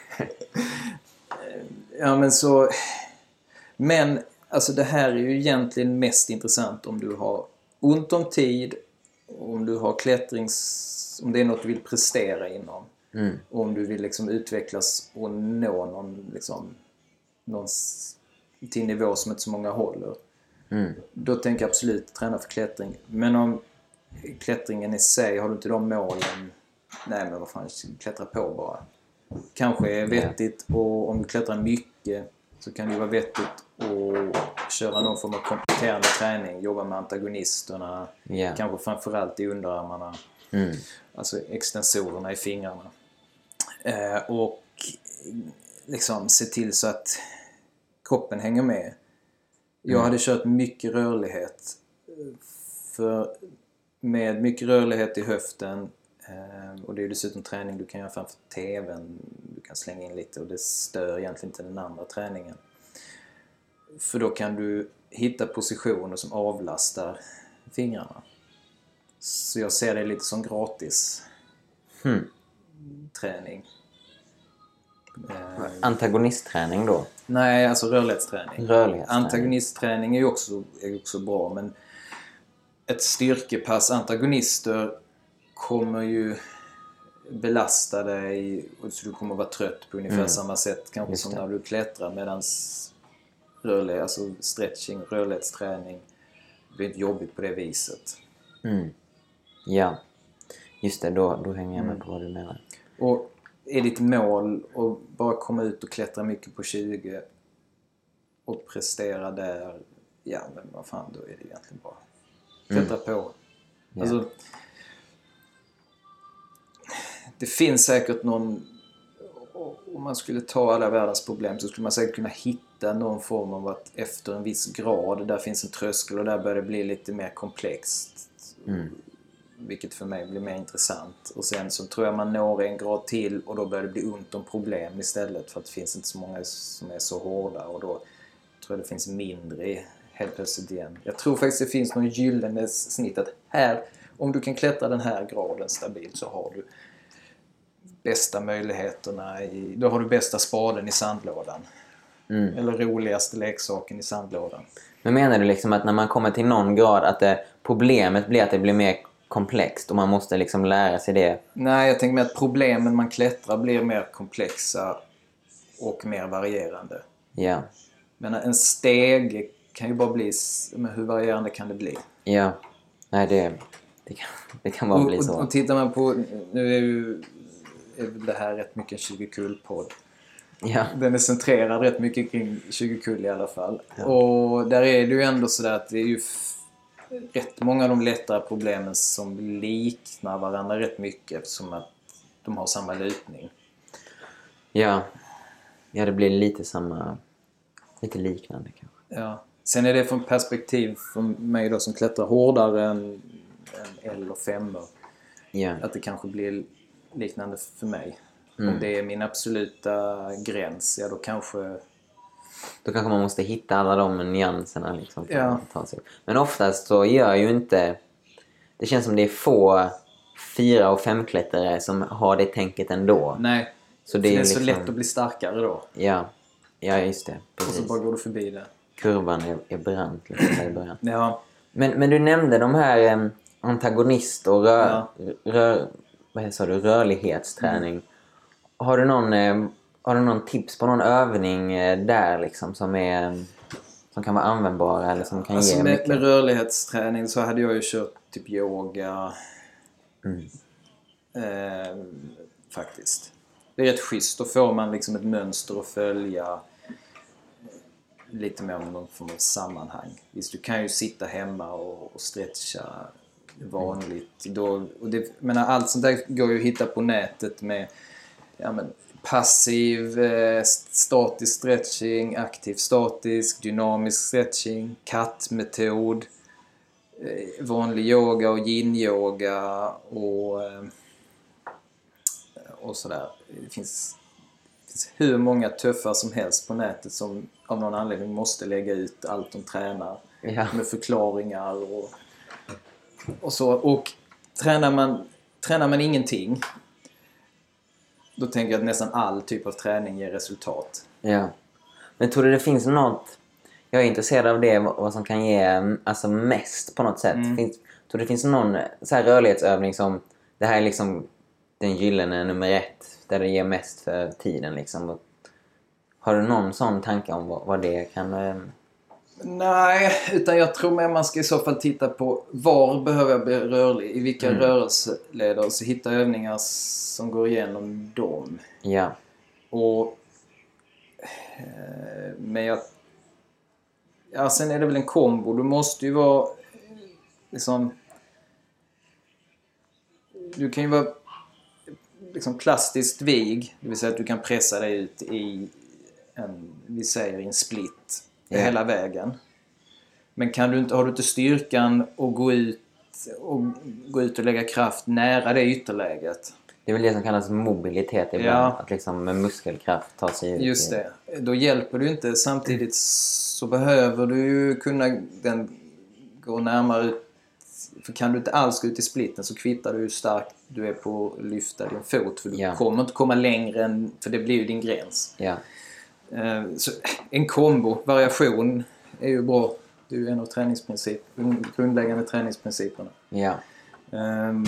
ja, men så... Men alltså det här är ju egentligen mest intressant om du har ont om tid, om du har klättrings... om det är något du vill prestera inom. mm. Och om du vill liksom utvecklas och nå någon, liksom, någon s- till en nivå som inte så många håller. Mm. Då tänker jag absolut träna för klättring. Men om klättringen i sig, har du inte de målen, nej men vad fan, klättra på bara. Kanske är vettigt, och om du klättrar mycket så kan det vara vettigt att köra någon form av kompletterande träning, jobba med antagonisterna, Ja. kanske framförallt i underarmarna, Mm. alltså extensorerna i fingrarna. Eh, och liksom se till så att kroppen hänger med. Jag Mm. hade kört mycket rörlighet. För med mycket rörlighet i höften, eh, och det är dessutom träning du kan göra framför tvn. Du kan slänga in lite och det stör egentligen inte den andra träningen. För då kan du hitta positioner som avlastar fingrarna. Så jag ser det lite som gratis Hmm. träning. Eh, Antagonistträning då? nej, alltså rörlighetsträning. Rörlighetsträning. Antagonistträning är ju också, är också bra, men ett styrkepass, antagonister kommer ju belasta dig och så du kommer vara trött på ungefär Mm. samma sätt kanske Just som det. när du klättrar, medans rörlighet, alltså stretching, rörlighetsträning blir inte jobbigt på det viset. Mm. Ja. Just det, då, då hänger jag med Mm. på vad du menar. Och är ditt mål att bara komma ut och klättra mycket på tjugo och prestera där, ja men vad fan, då är det egentligen bara klättra på. Ja. Alltså, det finns säkert någon, om man skulle ta alla världens problem så skulle man säkert kunna hitta någon form av att efter en viss grad, där finns en tröskel och där börjar det bli lite mer komplext. Mm. Vilket för mig blir mer intressant. Och sen så tror jag man når en grad till och då börjar det bli ont om problem istället, för att det finns inte så många som är så hårda, och då tror jag det finns mindre helt plötsligt igen. Jag tror faktiskt det finns någon gyllene snitt att här, om du kan klättra den här graden stabilt så har du bästa möjligheterna. I, då har du bästa spaden i sandlådan. Mm. Eller roligaste leksaken i sandlådan. Men menar du liksom att när man kommer till någon grad att det, problemet blir att det blir mer komplext och man måste liksom lära sig det? Nej, jag tänker mig att problemen man klättrar blir mer komplexa och mer varierande. Ja. Men en steg kan ju bara bli... Men hur varierande kan det bli? Ja. Nej, det, det, kan, det kan bara och, bli så. Och, och tittar man på... Nu är ju är det här rätt mycket en tjugo kul-podd. Ja. Den är centrerad rätt mycket kring tjugo kul i alla fall. Ja. Och där är det ju ändå sådär att det är ju f- rätt många av de lättare problemen som liknar varandra rätt mycket eftersom att de har samma lutning. Ja. Ja, det blir lite samma... Lite liknande kanske. Ja. Sen är det från perspektiv från mig då som klättrar hårdare än, än L och femmer. Ja. Att det kanske blir liknande för mig. Mm. Om det är min absoluta gräns, ja då kanske... Då kanske man måste hitta alla de nyanserna liksom för Ja. att ta sig. Men oftast så gör ju inte... Det känns som det är få fyra- och femklättrare som har det tänket ändå. Nej, Så det, det är, är så liksom... lätt att bli starkare då. Ja, ja just det. Och så Precis. bara går du förbi det. Kurvan är, är brant liksom där i början. Ja. Men, men du nämnde de här eh, antagonist och rör, Ja. rör, vad sa du, rörlighetsträning. Mm. Har du någon eh, har du någon tips på någon övning eh, där liksom som är som kan vara användbara eller som kan Alltså ge med, mycket? med rörlighetsträning så hade jag ju kört typ yoga. Mm. Eh, faktiskt. Det är rätt schysst. Då får man liksom ett mönster att följa. Lite mer om någon form av sammanhang. Visst, du kan ju sitta hemma och, och stretcha vanligt. Mm. Då, och det, menar, allt sånt där går ju att hitta på nätet med ja, men, passiv, eh, statisk stretching, aktiv statisk, dynamisk stretching, kattmetod, eh, vanlig yoga och yin-yoga och, eh, och sådär. Det finns, det finns hur många tuffar som helst på nätet som av någon anledning måste lägga ut allt de tränar. Ja. Med förklaringar och, och så. Och tränar man, tränar man ingenting, då tänker jag att nästan all typ av träning ger resultat. Ja. Men tror du det finns något... Jag är intresserad av det, vad som kan ge alltså mest på något sätt. Mm. Finns, tror du det finns någon så här rörlighetsövning som... Det här är liksom den gyllene nummer ett. Där det ger mest för tiden liksom. Har du någon sån tanke om vad, vad det kan... Eh... Nej, utan jag tror att man ska i så fall titta på var behöver jag bli rörlig. I vilka mm. rörelseleder. Så hitta övningar som går igenom dem. Ja. Och... Eh, men jag... Ja, sen är det väl en kombo. Du måste ju vara... Liksom... Du kan ju vara... Liksom plastiskt vig. Det vill säga att du kan pressa dig ut i en... Vi säger en split. Yeah. Hela vägen. Men kan du inte, har du inte styrkan att gå ut och gå ut och lägga kraft nära det ytterläget. Det är väl det som kallas mobilitet ibland. Ja. Att liksom med muskelkraft ta sig ut. Just det. Då hjälper du inte. Samtidigt så behöver du ju kunna den gå närmare ut. För kan du inte alls gå ut i splitten så kvittar du hur starkt du är på att lyfta din fot. För du ja. kommer inte komma längre än, för det blir ju din gräns. Ja. Så en kombo, variation är ju bra. Det är ju en av träningsprincip, grundläggande träningsprinciperna. Ja. Um,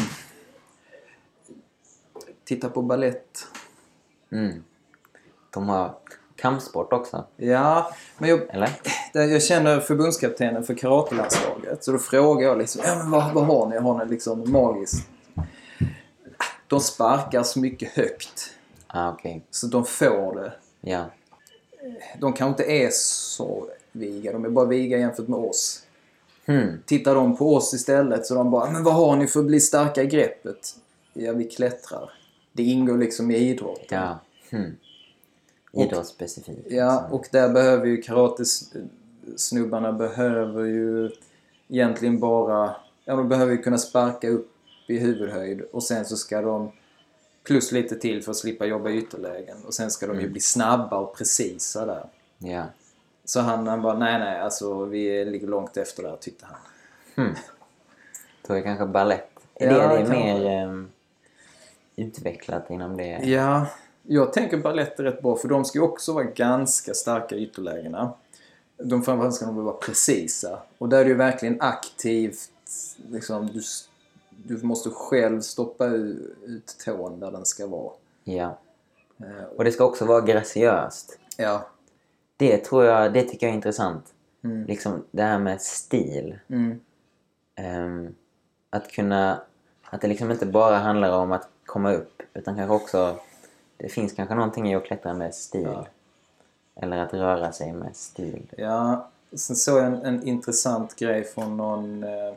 titta på ballett. Mm. De har kampsport också. Ja, men jag, Eller? jag känner förbundskaptenen för karatelandslaget. Så då frågar jag liksom, ja, men vad, vad har ni? Har ni liksom magiskt? De sparkar så mycket högt. Ah, okej. Okay. Så de får det. Ja. De kanske inte är så viga. De är bara viga jämfört med oss. Hmm. Tittar de på oss istället så de bara, men vad har ni för att bli starka i greppet? Ja, vi klättrar. Det ingår liksom i idrott. Ja. Hmm. Idrottsspecifikt. Ja, och där behöver ju karatesnubbarna behöver ju egentligen bara, ja, de behöver ju kunna sparka upp i huvudhöjd och sen så ska de plus lite till för att slippa jobba i ytterlägen. Och sen ska de ju mm. bli snabba och precisa där. Ja. Så han, han bara, nej nej, alltså vi ligger långt efter där, tyckte han. Hmm. Då är det kanske ballett. Är ja, det, det är kan mer... Um, utvecklat inom det. Ja, jag tänker balett är rätt bra för de ska ju också vara ganska starka i ytterlägena. De framförallt ska de vara precisa. Och där är det ju verkligen aktivt. Liksom, du, du måste själv stoppa ut tån där den ska vara. Ja. Och det ska också vara graciöst. Ja. Det tror jag, det tycker jag är intressant. Mm. Liksom det här med stil. Mm. Um, att kunna, att det liksom inte bara handlar om att komma upp. Utan kanske också, det finns kanske någonting i att klättra med stil. Ja. Eller att röra sig med stil. Ja, sen såg jag en, en intressant grej från någon eh,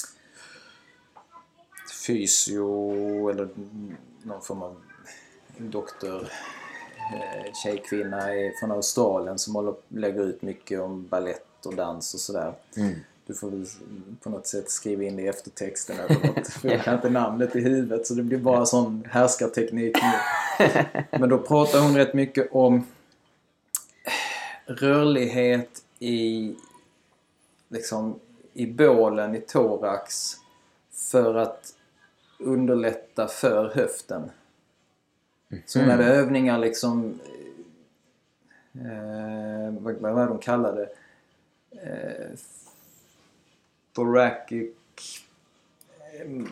fysio eller någon form av doktor, eh, tjejkvinna i, från Australien som håller, lägger ut mycket om ballett och dans och sådär. Mm. Du får väl på något sätt skriva in det i eftertexten eller något. För jag kan inte namnet i huvudet så det blir bara sån härskarteknik nu. Men då pratar hon rätt mycket om rörlighet i liksom i bålen i thorax för att underlätta för höften. Mm. Så hon hade övningar liksom eh, vad, vad var de kallade eh, thoracic eh,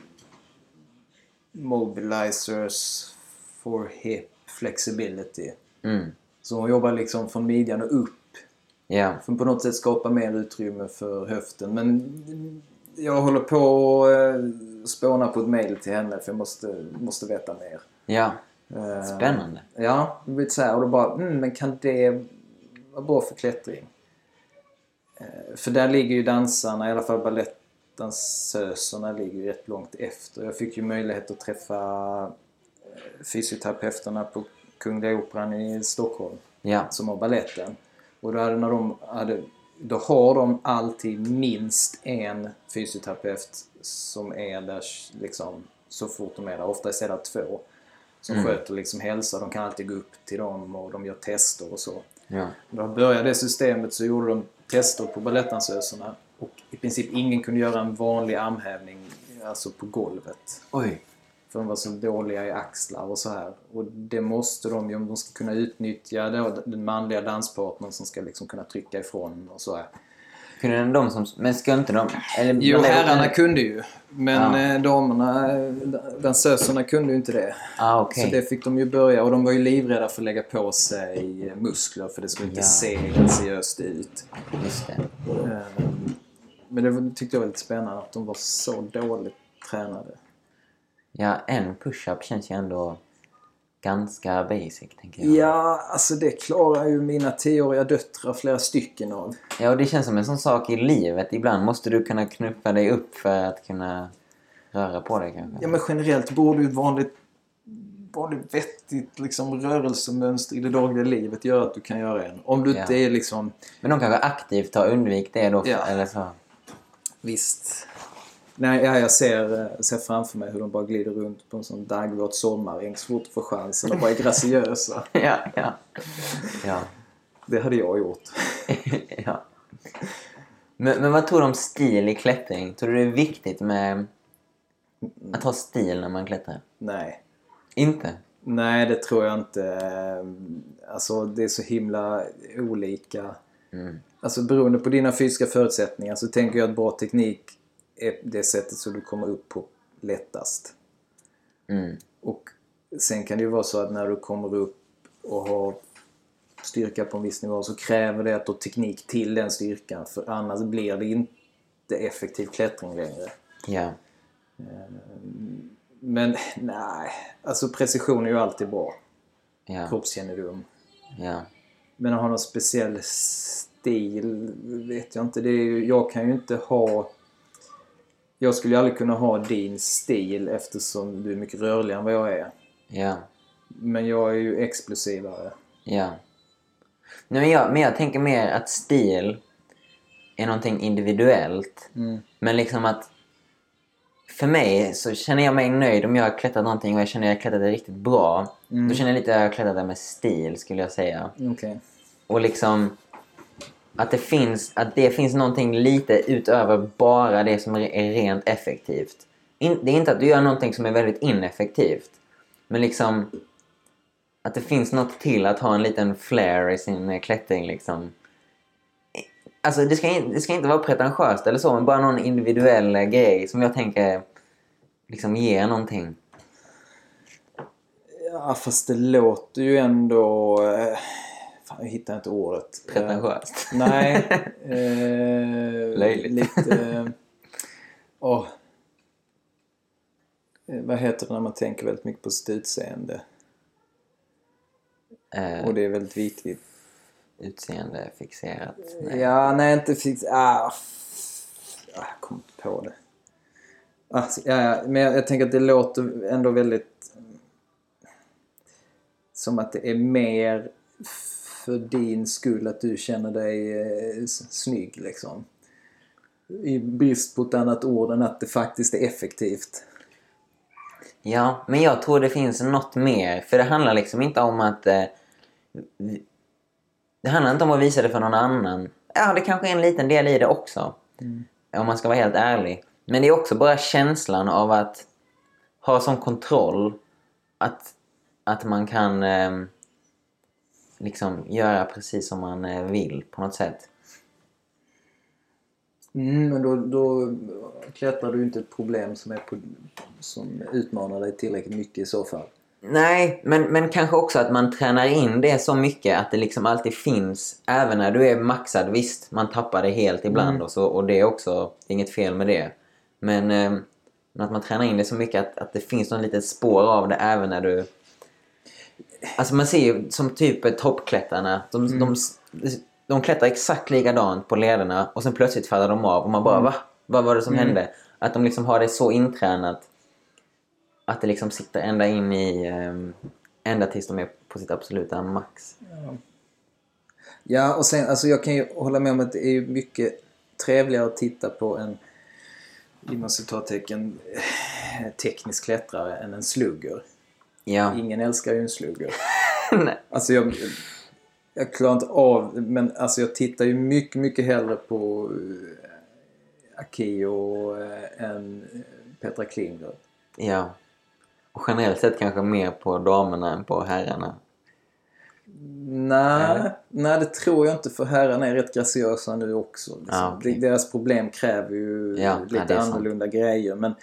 mobilizers for hip flexibility. Mm. Så hon jobbar liksom från midjan och upp. Ja. För att på något sätt skapa mer utrymme för höften. Men jag håller på att spåna på ett mejl till henne för jag måste, måste veta mer. Ja, spännande. Uh, ja, det blir så här. Och då bara, mm, men kan det vara bra för klättring? Uh, för där ligger ju dansarna, i alla fall balettdansöserna ligger ju rätt långt efter. Jag fick ju möjlighet att träffa fysioterapeuterna på Kungliga Operan i Stockholm. Ja. Som har balletten. Och då, hade, när de hade, då har de alltid minst en fysioterapeut som är där liksom, så fort de är där. Ofta är det två som mm. sköter liksom hälsa. De kan alltid gå upp till dem och de gör tester och så. Ja. Då började det systemet så gjorde de tester på balettdansöserna. Och i princip ingen kunde göra en vanlig armhävning alltså på golvet. Oj. För de var så dåliga i axlar och så här. Och det måste de ju om de ska kunna utnyttja då, den manliga danspartnern som ska liksom kunna trycka ifrån och så här. Kunde de som... Men ska inte de... Eller, jo, herrarna kunde ju. Men ja. damerna, dansöserna kunde ju inte det. Ah, okay. Så det fick de ju börja. Och de var ju livrädda för att lägga på sig muskler. För det skulle inte ja. se graciöst ut. Just det. Men det tyckte jag var lite spännande att de var så dåligt tränade. Ja, en push-up känns ju ändå ganska basic, tänker jag. Ja, alltså det klarar ju mina tioåriga döttrar flera stycken av. Ja, och det känns som en sån sak i livet. Ibland måste du kunna knuffa dig upp för att kunna röra på dig kanske. Ja, men generellt borde ju ett vanligt, vanligt vettigt liksom, rörelsemönster i det dagliga livet göra att du kan göra en. Om du ja. inte är liksom... Men de kanske aktivt har undvikit det då, ja. eller så. Visst. Nej, ja, jag ser, ser framför mig hur de bara glider runt på en sån dagvåt sommaräng så fort de får chansen och bara är graciösa. ja, ja. ja. Det hade jag gjort. ja. Men, men vad tror du om stil i klättring? Tror du det är viktigt med att ha stil när man klättrar? Nej. Inte? Nej, det tror jag inte. Alltså, det är så himla olika. Mm. Alltså, beroende på dina fysiska förutsättningar så tänker jag att bra teknik är det sättet så du kommer upp på lättast. Mm. Och sen kan det ju vara så att när du kommer upp och har styrka på en viss nivå så kräver det att du har teknik till den styrkan. För annars blir det inte effektiv klättring längre. Ja. Men nej, alltså precision är ju alltid bra. Ja. Kroppskännedom. Ja. Men att ha någon speciell stil vet jag inte. Det är ju, jag kan ju inte ha... Jag skulle ju aldrig kunna ha din stil eftersom du är mycket rörligare än vad jag är. Ja. Men jag är ju explosivare. Ja. Nej, men, jag, men jag tänker mer att stil är någonting individuellt. Mm. Men liksom att för mig så känner jag mig nöjd om jag har klättrat någonting och jag känner att jag har klättrat det riktigt bra. Mm. Då känner jag lite att jag har klättrat det med stil skulle jag säga. Okay. Och liksom att det finns att det finns någonting lite utöver bara det som är rent effektivt. In, det är inte att du gör någonting som är väldigt ineffektivt. Men liksom att det finns något till att ha en liten flair i sin klättring liksom. Alltså det ska, det ska inte vara pretentiöst eller så, men bara någon individuell grej som jag tänker liksom ger någonting. Ja, fast det låter ju ändå... Eh, fan, jag hittar inte ordet. Pretentiöst. Eh, nej. Eh, Löjligt. Lite... Eh, åh. Eh, vad heter det när man tänker väldigt mycket på sitt utseende? Eh, Och det är väldigt viktigt. Utseende fixerat. Nej. Ja, nej, inte fixerat. Ah, f- ah, jag kom inte på det. Alltså, ja, ja, men jag, jag tänker att det låter ändå väldigt som att det är mer för din skull att du känner dig eh, snygg liksom. I brist på ett annat ord än att det faktiskt är effektivt. Ja, men jag tror det finns något mer. För det handlar liksom inte om att... Eh, det handlar inte om att visa det för någon annan. Ja, det kanske är en liten del i det också. Mm. Om man ska vara helt ärlig. Men det är också bara känslan av att ha sån kontroll. Att, att man kan eh, liksom göra precis som man eh, vill på något sätt. Mm, men då, då klättrar du inte ett problem som, är på, som utmanar dig tillräckligt mycket i så fall. Nej, men, men kanske också att man tränar in det så mycket att det liksom alltid finns. Även när du är maxad, visst, man tappar det helt ibland. Mm. och, så, och det är också inget fel med det. Men, eh, att man tränar in det så mycket att, att det finns någon litet spår av det även när du... Alltså man ser ju som typ toppklättrarna. De, mm. de, de, de klättrar exakt likadant på lederna och sen plötsligt faller de av. Och man bara, mm. va? Vad var det som mm. hände? Att de liksom har det så intränat att det liksom sitter ända in i... Um, ända tills de är på sitt absoluta max. Ja, ja och sen, alltså jag kan ju hålla med om att det är mycket trevligare att titta på en, inom citattecken, teknisk klättrare än en slugger. Ja. Ingen älskar ju en slugger. Nej. Alltså jag, jag klarar inte av, men alltså jag tittar ju mycket, mycket hellre på Akio än Petra Klingler. Ja. Och generellt sett kanske mer på damerna än på herrarna. Nej, nej, det tror jag inte, för herrarna är rätt graciösa nu också. Liksom. Ah, okay. Deras problem kräver ju ja, lite ja, annorlunda sant. grejer. Men,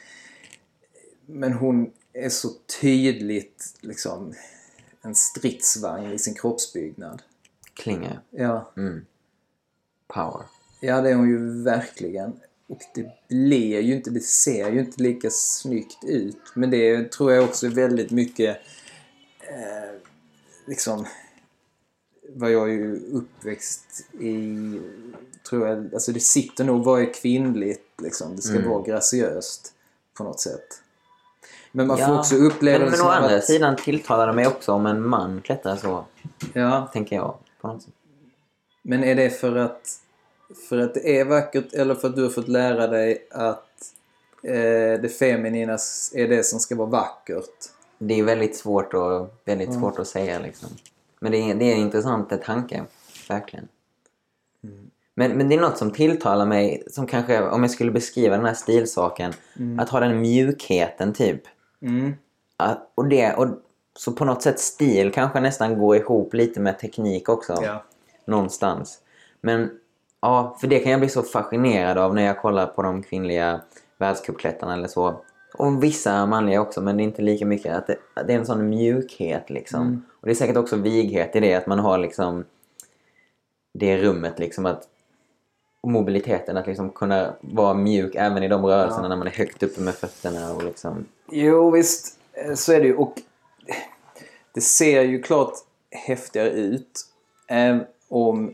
men hon är så tydligt liksom en stridsvagn i sin kroppsbyggnad. Klinger. Ja. Mm. Power. Ja, det är hon ju verkligen. Och det blir ju inte, det ser ju inte lika snyggt ut. Men det tror jag också är väldigt mycket eh, liksom vad jag är ju uppväxt i, tror jag, alltså det sitter nog vad är kvinnligt liksom. Det ska mm. vara graciöst på något sätt. Men man ja. får också uppleva men, det men som å andra att... sidan tilltalar det mig också om en man klättrar så. Ja. Tänker jag på något sätt. Men är det för att för att det är vackert eller för att du har fått lära dig att eh, det feminina är det som ska vara vackert? Det är väldigt svårt att, väldigt mm. svårt att säga liksom. Men det är, det är en intressant tanke, verkligen. Mm. Men, men det är något som tilltalar mig, som kanske, om jag skulle beskriva den här stilsaken, mm. att ha den mjukheten typ. Mm. Att, och det, och så på något sätt stil kanske nästan går ihop lite med teknik också. Ja. Någonstans. Men ja, för det kan jag bli så fascinerad av när jag kollar på de kvinnliga världscupklättrarna eller så. Och vissa manliga också, men det är inte lika mycket. Att det, att det är en sån mjukhet liksom. Mm. Och det är säkert också vighet i det, att man har liksom det rummet liksom, att mobiliteten, att liksom kunna vara mjuk även i de rörelserna, ja. När man är högt uppe med fötterna och liksom. Jo visst, så är det ju. Och det ser ju klart häftigare ut än om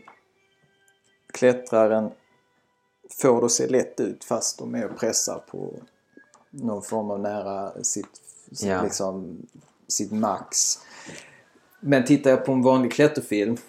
klättraren får det att se lätt ut fast de är och pressar på någon form av nära sitt, sitt, ja. liksom, sitt max. Men tittar jag på en vanlig klätterfilm,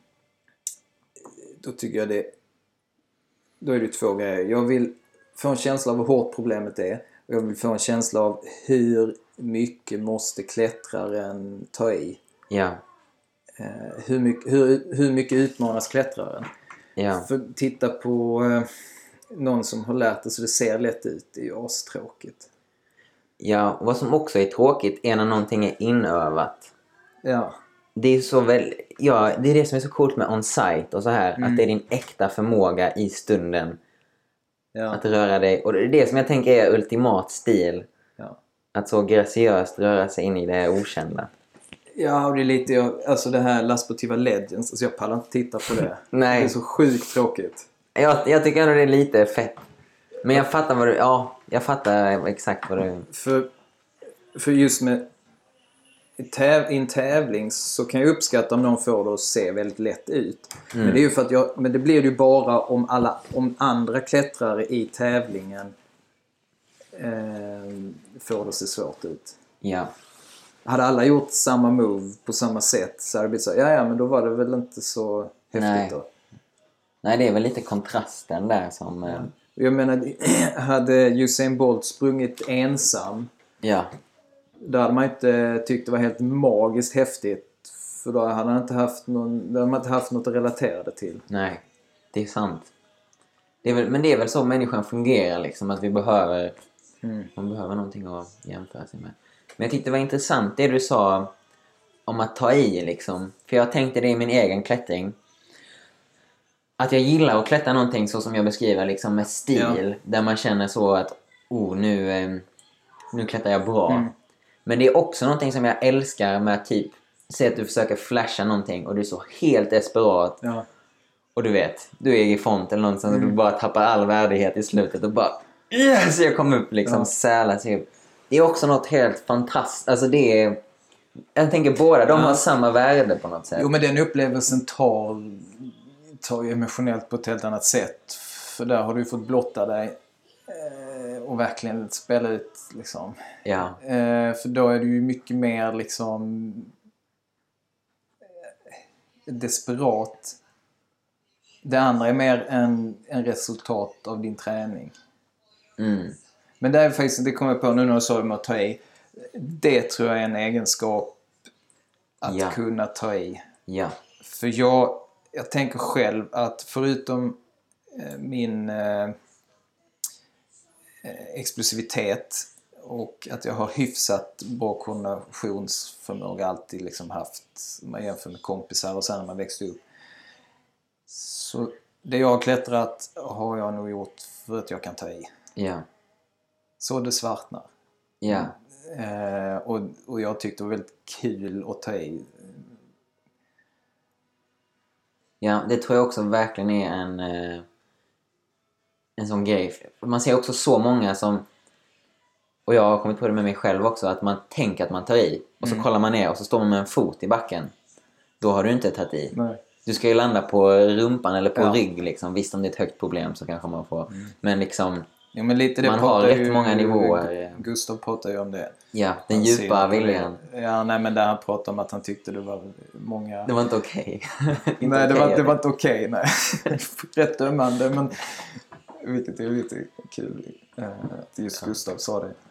då tycker jag det, då är det två grejer. Jag vill få en känsla av hur hårt problemet är, och jag vill få en känsla av hur mycket måste klättraren ta i. Ja. Hur mycket, hur, hur mycket utmanas klättraren? Ja. För titta på eh, någon som har lärt det så det ser lätt ut, det är ju astråkigt. Ja, vad som också är tråkigt är när någonting är inövat. Ja. Det är så väl, ja, det är det som är så coolt med on-site och så här. Mm. Att det är din äkta förmåga i stunden Ja. att röra dig. Och det är det som jag tänker är ultimat stil. Ja. Att så graciöst röra sig in i det okända. Ja, och det är lite, jag, alltså det här Laspotiva Legends, alltså jag pallar inte titta på det. Nej. Det är så sjukt tråkigt. Jag, jag tycker ändå det är lite fett. Men jag fattar vad du, ja, jag fattar exakt vad du... För, för just med i, täv, i en tävling så kan jag uppskatta om någon får det att se väldigt lätt ut. Mm. Men det är ju för att jag, men det blir ju bara om alla, om andra klättrare i tävlingen eh, får det att se svårt ut. Ja. Hade alla gjort samma move på samma sätt så hade det blivit så, ja ja men då var det väl inte så häftigt. Nej. Då. Nej, det är väl lite kontrasten där som... Ja. Jag menar, hade Usain Bolt sprungit ensam, ja. då hade man inte tyckt det var helt magiskt häftigt. För då hade man inte haft, någon, då hade man inte haft något att relatera det till. Nej, det är sant. Det är väl, men det är väl så människan fungerar liksom, att vi behöver, mm. man behöver någonting att jämföra sig med. Men jag tyckte det var intressant det du sa om att ta i liksom. För jag tänkte det i min egen klättring. Att jag gillar att klättra någonting så som jag beskriver liksom med stil. Ja. Där man känner så att oh, nu, eh, nu klättrar jag bra. Mm. Men det är också någonting som jag älskar med typ, se att du försöker flasha någonting och du är så helt desperat. Ja. Och du vet, du är i font eller någonstans mm. och du bara tappar all värdighet i slutet och bara yes, jag kom upp liksom, ja. Säla sig upp. Det är också något helt fantastiskt. Alltså det är, jag tänker båda, de ja. Har samma värde på något sätt. Jo, men den upplevelsen tar, tar ju emotionellt på ett helt annat sätt. För där har du fått blotta dig eh, och verkligen spela ut liksom. Ja. Eh, för då är du ju mycket mer liksom eh, desperat. Det andra är mer en, en resultat av din träning. Mm. Men det är faktiskt, det kommer jag på nu när jag sa om att ta i. Det tror jag är en egenskap att ja. Kunna ta i. Ja. För jag, jag tänker själv att förutom eh, min eh, explosivitet och att jag har hyfsat bra koordinationsförmåga alltid liksom haft, man jämför med kompisar och sen när man växte upp. Så det jag har klättrat har jag nog gjort för att jag kan ta i. Ja. Så det svartnar. Ja. Eh, och, och jag tyckte det var väldigt kul att ta i. Ja, det tror jag också verkligen är en eh, en sån grej. Man ser också så många som, och jag har kommit på det med mig själv också, att man tänker att man tar i och så mm. kollar man ner och så står man med en fot i backen. Då har du inte tagit i. Nej. Du ska ju landa på rumpan eller på ja. Rygg liksom. Visst, om det är ett högt problem så kanske man får. Mm. Men liksom ja, men lite det man har rätt ju, många nivåer. Gustav pratar ju om det. Ja, den han djupa viljan. Ja, nej men där han pratade om att han tyckte det var många... Det var inte okej. Okay. nej, det var, det var inte okej, okay, nej. Rätt dömande, men vilket är lite kul att just Gustav sa det.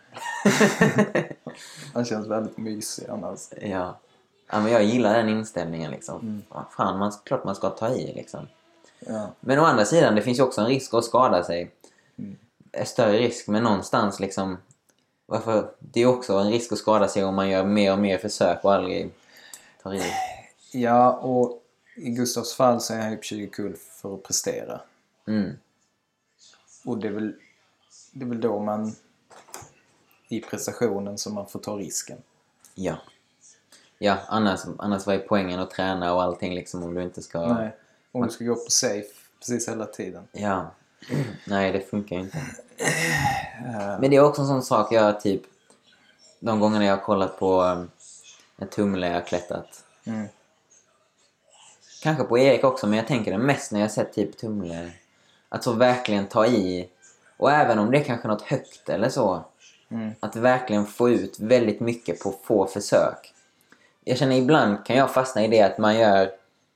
Han känns väldigt mysig annars. Ja. Ja, men jag gillar den inställningen liksom. Mm. Fan, man, klart man ska ta i liksom. Ja. Men å andra sidan, det finns ju också en risk att skada sig. Mm. En större risk, men någonstans liksom. Varför? Det är också en risk att skada sig om man gör mer och mer försök och aldrig tar i. Ja, och i Gustavs fall så är han ju tjugo kul för att prestera. Mm. Och det är väl det är väl då man i prestationen som man får ta risken. Ja. Ja, annars, annars var ju poängen att träna och allting liksom om du inte ska... Nej, om du ska gå på safe precis hela tiden. Ja, nej det funkar ju inte. Men det är också en sån sak jag typ... De gångerna jag har kollat på um, en tumle jag har klättrat. Mm. Kanske på Erik också, men jag tänker det mest när jag sett typ tumle. Att så verkligen ta i. Och även om det är kanske något högt eller så. Mm. Att verkligen få ut väldigt mycket på få försök. Jag känner ibland kan jag fastna i det att man gör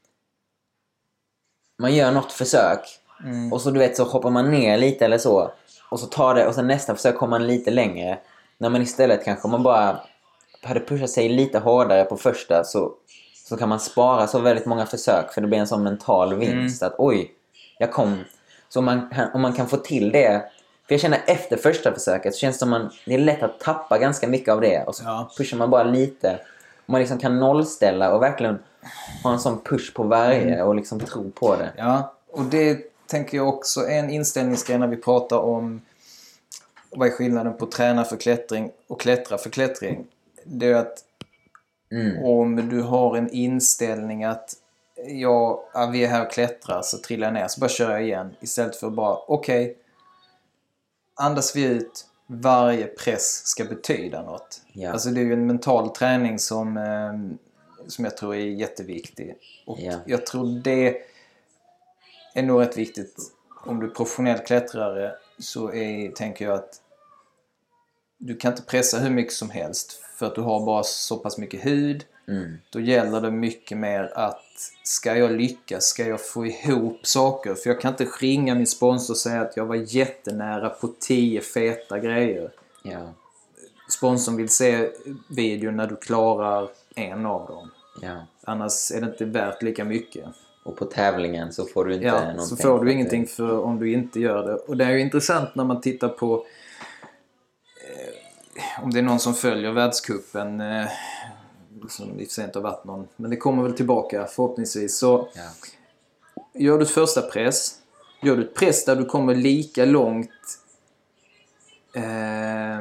man gör något försök mm. och så du vet så hoppar man ner lite eller så och så tar det och sen nästa försök kommer man lite längre när man istället kanske man bara hade pushat sig lite hårdare på första så, så kan man spara så väldigt många försök för det blir en sån mental vinst mm. att oj, jag kom så om man, om man kan få till det För jag känner efter första försöket så känns det som man, det är lätt att tappa ganska mycket av det. Och så Ja. pushar man bara lite. Och man liksom kan nollställa och verkligen ha en sån push på varje mm. och liksom tro på det. Ja, och det tänker jag också är en inställningsgrej när vi pratar om vad är skillnaden på träna för klättring och klättra för klättring. Det är att mm. om du har en inställning att ja, vi är här och klättrar så trillar jag ner så bara kör jag igen. Istället för bara okej, okay, andas vi ut, varje press ska betyda något. Ja. Alltså det är ju en mental träning som, eh, som jag tror är jätteviktig. Och ja. jag tror det är nog rätt viktigt. Om du är professionell klättrare så är, tänker jag att du kan inte pressa hur mycket som helst för att du har bara så pass mycket hud. Mm. Då gäller det mycket mer att ska jag lyckas, ska jag få ihop saker? För jag kan inte ringa min sponsor och säga att jag var jättenära på tio feta grejer. Ja. Sponsorn vill se videon när du klarar en av dem. Ja. Annars är det inte värt lika mycket. Och på tävlingen så får du inte ja, någonting. så får du ingenting för om du inte gör det. Och det är ju intressant när man tittar på eh, om det är någon som följer världscupen eh, som i och för sig inte har varit någon, men det kommer väl tillbaka förhoppningsvis. Så ja. Gör du ett första press, gör du ett press där du kommer lika långt eh,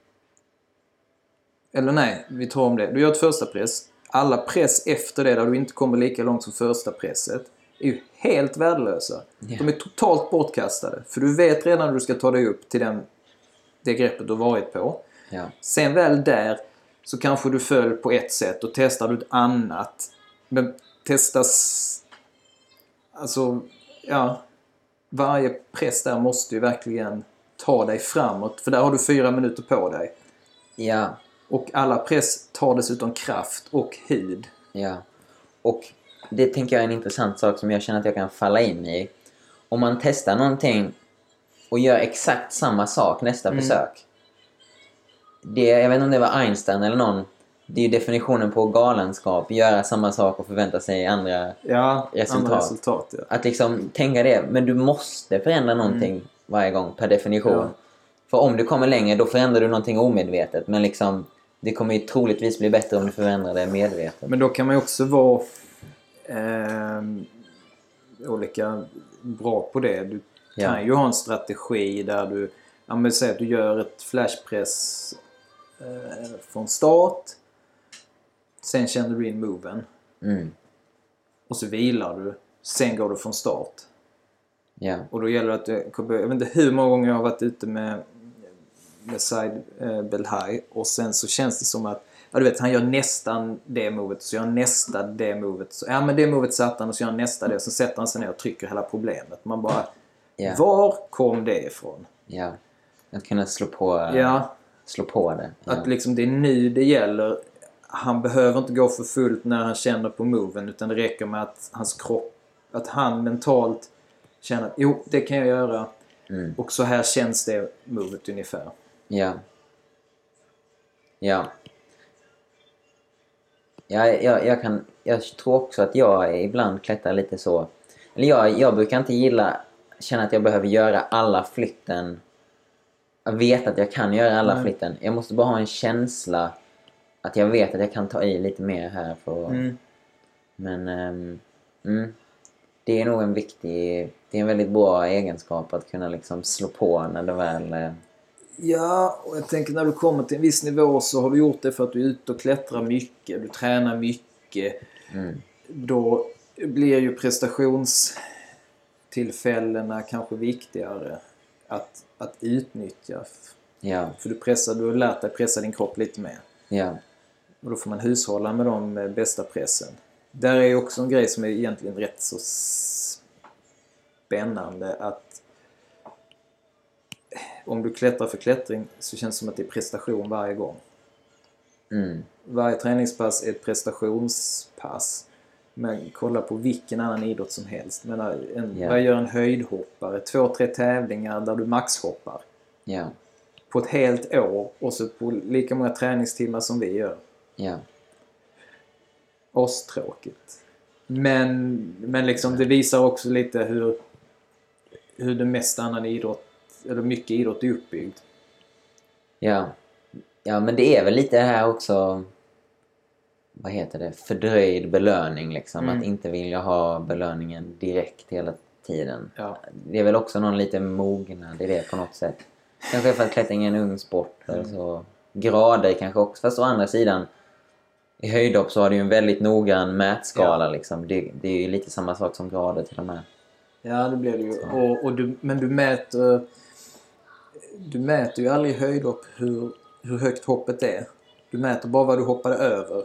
eller nej, vi tar om det. Du gör ett första press, alla press efter det där du inte kommer lika långt som första presset är ju helt värdelösa. Ja. De är totalt bortkastade, för du vet redan när du ska ta dig upp till den, det greppet du har varit på. Ja. Sen väl där så kanske du föll på ett sätt och testar du ett annat. Men testas... Alltså, ja. Varje press där måste ju verkligen ta dig framåt. För där har du fyra minuter på dig. Ja. Och alla press tar dessutom kraft och hud. Ja. Och det tänker jag är en intressant sak som jag känner att jag kan falla in i. Om man testar någonting och gör exakt samma sak nästa mm. försök. Det, jag vet inte om det var Einstein eller någon. Det är ju definitionen på galenskap. Göra samma sak och förvänta sig andra ja, resultat. Andra resultat ja. Att liksom tänka det. Men du måste förändra någonting mm. varje gång per definition. Ja. För om du kommer längre då förändrar du någonting omedvetet. Men liksom det kommer ju troligtvis bli bättre om du förändrar det medvetet. Men då kan man ju också vara eh, olika bra på det. Du kan ja. ju ha en strategi där du, ja men säg att du gör ett flashpress eh, från start. Sen känner du in moven. Mm. Och så vilar du. Sen går du från start. Ja. Och då gäller det att du, jag vet inte hur många gånger jag har varit ute med med side eh, bell high och sen så känns det som att ja, du vet, han gör nästan det movet så gör han nästa det movet så, ja men det movet satt han och så gör han nästa det och så sätter han sig ner och trycker hela problemet. Man bara, yeah. Var kom det ifrån? Ja, att kunna slå på, ja. slå på det. Ja. Att liksom det är nu det gäller. Han behöver inte gå för fullt när han känner på moven utan det räcker med att hans kropp, att han mentalt känner att jo, det kan jag göra. Mm. Och så här känns det movet ungefär. Ja. Ja. Ja, jag, jag, kan, jag tror också att jag ibland klättrar lite så. Eller jag, jag brukar inte gilla, känna att jag behöver göra alla flytten. Jag vet att jag kan göra alla mm. flytten. Jag måste bara ha en känsla att jag vet att jag kan ta i lite mer här. För, mm. Men um, mm, det är nog en viktig, det är en väldigt bra egenskap att kunna liksom slå på när det väl... Ja, och jag tänker när du kommer till en viss nivå så har du gjort det för att du är ute och klättrar mycket. Du tränar mycket. Mm. Då blir ju prestationstillfällena kanske viktigare att, att utnyttja. Ja. För du pressar, du har lärt dig pressa din kropp lite mer. Ja. Och då får man hushålla med de bästa pressen. Där är också en grej som är egentligen rätt så spännande att om du klättrar för klättring så känns det som att det är prestation varje gång. Mm. Varje träningspass är ett prestationspass. Men kolla på vilken annan idrott som helst. Men en, yeah. vad gör en höjdhoppare? Två, tre tävlingar där du maxhoppar. Yeah. På ett helt år och så på lika många träningstimmar som vi gör. Yeah. Ostråkigt. Men, men liksom det visar också lite hur, hur det mesta annan idrott eller mycket idrott är uppbyggd. Ja. Ja, men det är väl lite det här också, vad heter det, fördröjd belöning liksom. Mm. Att inte vilja ha belöningen direkt hela tiden. Ja. Det är väl också någon lite mognad i det på något sätt. Kanske för att klättring är en ung sport. Mm. Eller så. Grader kanske också. Fast å andra sidan, i höjdhopp så har du ju en väldigt noggrann mätskala. Ja. Liksom. Det, det är ju lite samma sak som grader till och med. Ja, det blir det ju. Och, och du, men du mäter du mäter ju aldrig i höjdhopp hur, hur högt hoppet är. Du mäter bara vad du hoppade över.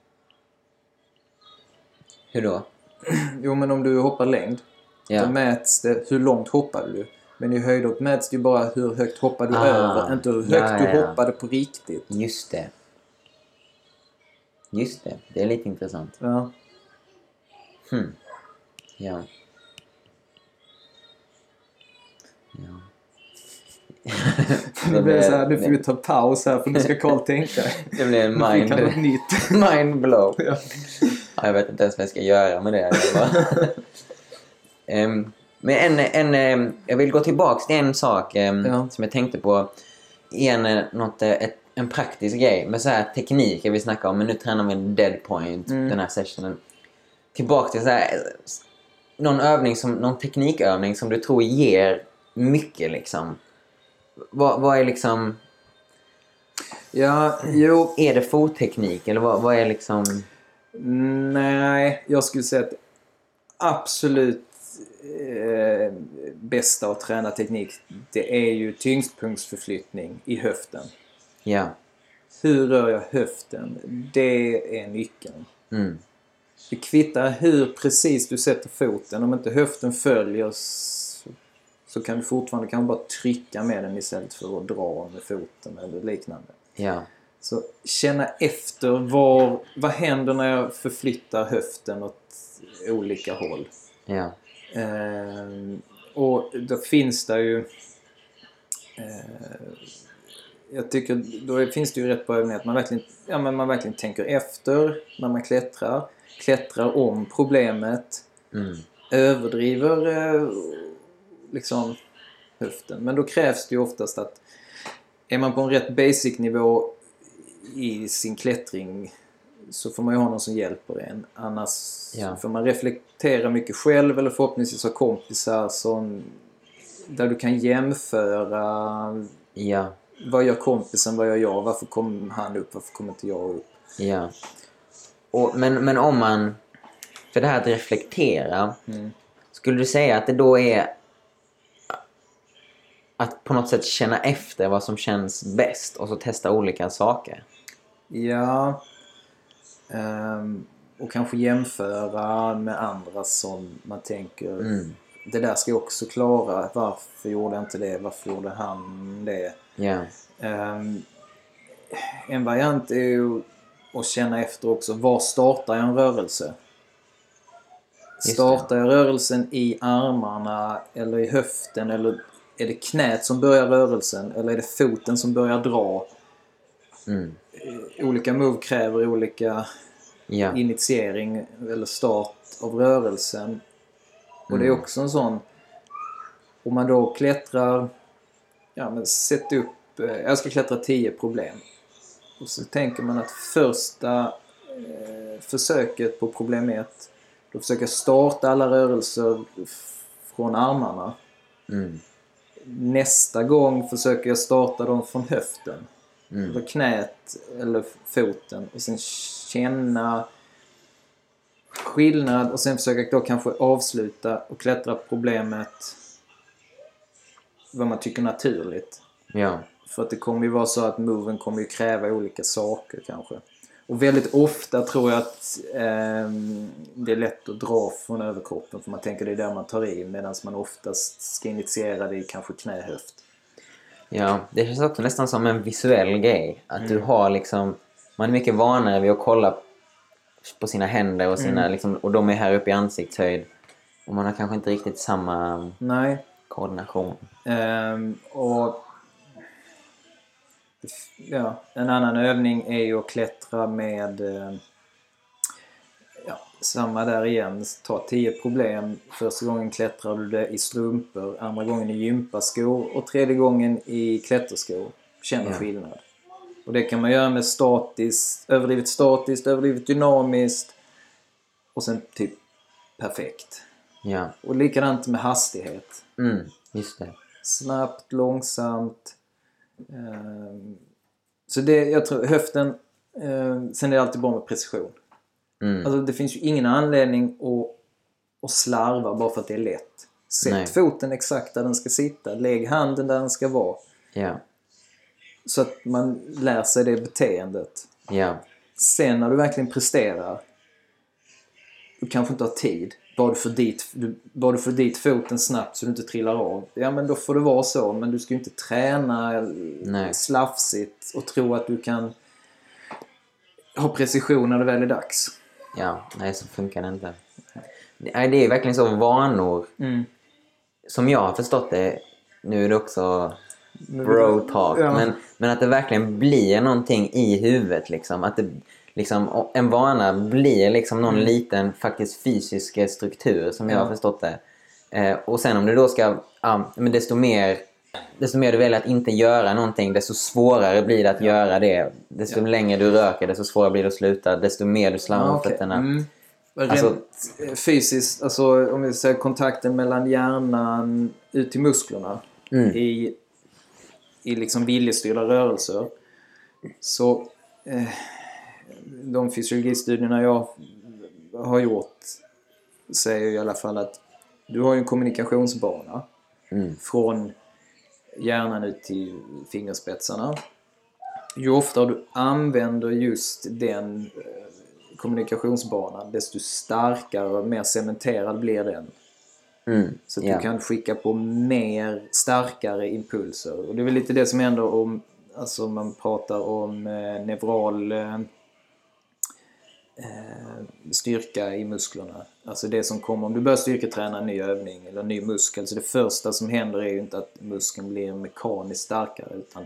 Hur då? Jo, men om du hoppar längd, Ja. då mäts det hur långt hoppade du. Men i höjdhopp mäts det ju bara hur högt hoppade du Ah. över, inte hur högt Ja, ja, du ja. hoppade på riktigt. Just det. Just det. Det är lite intressant. Ja. Hmm. Ja. Ja. Det blir så här, nu får vi ta paus här för nu ska Carl tänka. Det blir en Vi kan ha ett mind, nytt. mind blow. Ja. Ja, jag vet inte ens vad jag ska göra med det. det bara... um, men en, en, um, jag vill gå tillbaka till en sak um, Ja. som jag tänkte på. En, uh, något, uh, ett, en praktisk grej med så här tekniker vi snackar om. Men nu tränar vi en dead point Mm. den här sessionen. Tillbaka till så här, någon övning som, någon teknikövning som du tror ger mycket liksom. Vad, vad är liksom... Ja, jo. Är det fotteknik eller vad, vad är liksom... Nej, jag skulle säga att absolut eh, bästa att träna teknik, det är ju tyngdpunktsförflyttning i höften. Ja. Hur rör jag höften? Det är nyckeln. Mm. Det kvittar hur precis du sätter foten. Om inte höften följer så, så kan du fortfarande kan bara trycka med den istället för att dra med foten eller liknande. Ja. Så känna efter var, vad händer när jag förflyttar höften åt olika håll. Ja. Ehm, och då finns det ju eh, jag tycker då finns det ju rätt på övningar att man verkligen, ja, men man verkligen tänker efter när man klättrar. Klättrar om problemet. Mm. Överdriver eh, liksom höften. Men då krävs det ju oftast att är man på en rätt basic nivå i sin klättring så får man ju ha någon som hjälper en. Annars Ja. får man reflektera mycket själv eller förhoppningsvis ha kompisar som, där du kan jämföra Ja. vad gör kompisen, vad gör jag, varför kom han upp, varför kommer inte jag upp. Ja. Och, men, men om man... För det här att reflektera... Mm. Skulle du säga att det då är... Att på något sätt känna efter vad som känns bäst och så testa olika saker? Ja. Ehm, och kanske jämföra med andra som man tänker... Mm. Det där ska jag också klara. Varför gjorde jag inte det? Varför gjorde han det? Ja. Um, en variant är ju att känna efter också. Var startar jag en rörelse? Just Startar jag rörelsen i armarna eller i höften? Eller är det knät som börjar rörelsen? Eller är det foten som börjar dra? Mm. Olika move kräver olika Ja. initiering eller start av rörelsen. Och det är Mm. också en sån, om man då klättrar, ja men sätt upp, jag ska klättra tio problem. Och så tänker man att första eh, försöket på problem ett, då försöker jag starta alla rörelser f- från armarna. Mm. Nästa gång försöker jag starta dem från höften. Mm. Eller knät eller foten. Och sen känna skillnad och sen försöka då kanske avsluta och klättra problemet vad man tycker naturligt. Ja. För att det kommer ju vara så att moven kommer ju kräva olika saker kanske. Och väldigt ofta tror jag att eh, det är lätt att dra från överkroppen för man tänker det är där man tar i medan man oftast ska initiera det i kanske knähöft. Ja, det känns också nästan som en visuell grej. Att du har liksom... Man är mycket vanare vid att kolla på sina händer och sina Mm. liksom, och de är här uppe i ansiktshöjd. Och man har kanske inte riktigt samma Nej. koordination. Ehm, och ja, en annan övning är ju att klättra med eh, ja, samma där igen. Ta tio problem. Första gången klättrar du det i strumpor. Andra gången i gympaskor. Och tredje gången i klätterskor. Känner Ja. skillnad. Och det kan man göra med statiskt, överdrivet statiskt, överdrivet dynamiskt. Och sen typ perfekt. Ja. Och likadant med hastighet. Mm, just det. Snabbt, långsamt. Um, så det, jag tror, höften... Um, sen är det alltid bra med precision. Mm. Alltså det finns ju ingen anledning att, att slarva bara för att det är lätt. Sätt Nej. foten exakt där den ska sitta. Lägg handen där den ska vara. Ja. Så att man lär sig det beteendet. Ja. Sen när du verkligen presterar. Du kanske inte har tid. Bara du får dit, du, bara du får dit foten snabbt så du inte trillar av. Ja, men då får det vara så. Men du ska ju inte träna Nej. slafsigt och tro att du kan ha precision när det väl är dags. Ja, nej, så funkar det inte. Nej, det är verkligen så vanor. Mm. Som jag har förstått det, nu är det också bro talk, Ja. men, men att det verkligen blir någonting i huvudet liksom. Att det, liksom, en vana blir liksom någon Mm. liten faktiskt fysisk struktur som jag Ja. har förstått det. Eh, och sen om du då ska, ja, men desto mer desto mer du väljer att inte göra någonting, desto svårare blir det att Ja. göra det. Desto Ja. längre du röker, desto svårare blir det att sluta. Desto mer du slammar Ja, om okej. fötterna. Mm. Rent Alltså- fysiskt, alltså om vi säger kontakten mellan hjärnan ut till musklerna Mm. i, i liksom viljestyrda rörelser. Så eh, de fysiologistudierna jag har gjort säger i alla fall att du har ju en kommunikationsbana Mm. från hjärnan ut till fingerspetsarna. Ju oftare du använder just den eh, kommunikationsbanan, desto starkare och mer cementerad blir den. Mm. Så att Ja. du kan skicka på mer starkare impulser. Och det är väl lite det som händer om, alltså man pratar om eh, neural eh, eh, styrka i musklerna. Alltså det som kommer om du börjar styrketräna en ny övning eller en ny muskel. Så det första som händer är ju inte att muskeln blir mekaniskt starkare, utan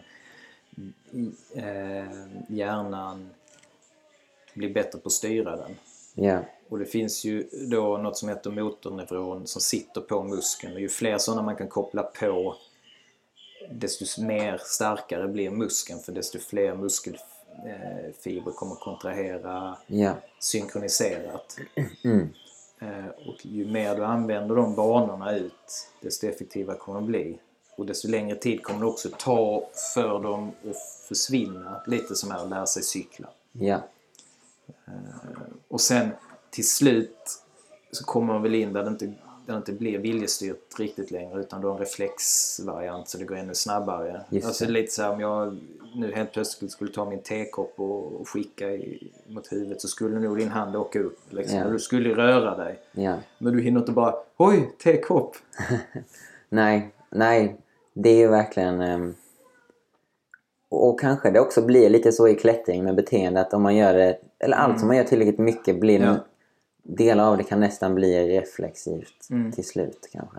eh, hjärnan blir bättre på att styra den. Ja. Och det finns ju då något som heter motorneuron som sitter på muskeln. Och ju fler sådana man kan koppla på, desto mer starkare blir muskeln. För desto fler muskelfibrer kommer kontrahera Ja. synkroniserat. Mm. Eh, Och ju mer du använder de banorna ut, desto effektivare kommer de bli. Och desto längre tid kommer det också ta för dem att försvinna. Lite som är att lära sig cykla. Ja. Och sen till slut så kommer man väl in där det inte, där det inte blir viljestyrt riktigt längre, utan då en reflexvariant så det går ännu snabbare. Just Alltså det. lite så här, om jag nu helt plötsligt skulle ta min tekopp och, och skicka i, mot huvudet, så skulle nog din hand åka upp. Liksom. Ja. Och du skulle röra dig. Ja. Men du hinner inte bara, oj, tekopp! Nej, nej. Det är ju verkligen... ehm, Och, och kanske det också blir lite så i klättring med beteende att om man gör det... Eller allt som man gör tillräckligt mycket blir... Ja. Delar av det kan nästan bli reflexivt Mm. till slut kanske.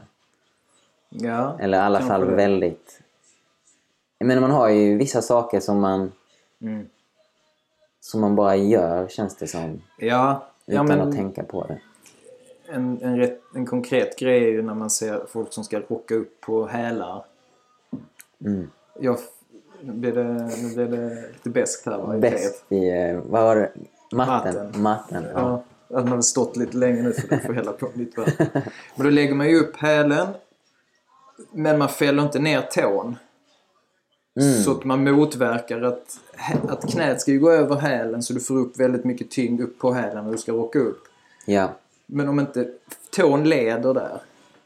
Ja, Eller i alla kanske fall det. väldigt... Jag menar, man har ju vissa saker som man... Mm. Som man bara gör, känns det som. Ja, ja Utan men att tänka på det. en, en, rätt, en konkret grej är ju när man ser folk som ska rocka upp på hälar. Mm. Jag, nu blev det, nu blev det lite bäst här. Va, i Bäst i... eh, Vad var det? Matten. Matten. Matten. Ja. Ja, den har väl stått lite länge nu för du får hälla på lite vatten. Men då lägger man ju upp hälen. Men man fäller inte ner tån. Mm. Så att man motverkar att, att knät ska ju gå över hälen, så du får upp väldigt mycket tyngd upp på hälen när du ska rocka upp. Ja. Men om inte tån leder där,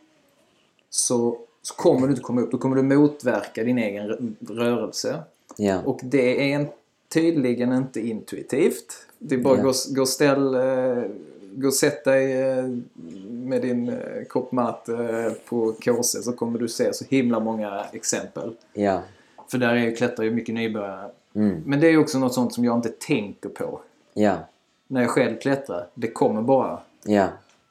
så, så kommer du inte komma upp. Då kommer du motverka din egen rö- rörelse. Ja. Och det är en, tydligen inte intuitivt. Det är bara Ja. gå, gå, ställ, eh, gå och sätt dig eh, med din eh, kopp mat eh, på K C, så kommer du se så himla många exempel. Ja. För där är ju klättrar ju mycket nybörjare. Mm. Men det är ju också något sånt som jag inte tänker på Ja. när jag själv klättrar. Det kommer bara. Ja.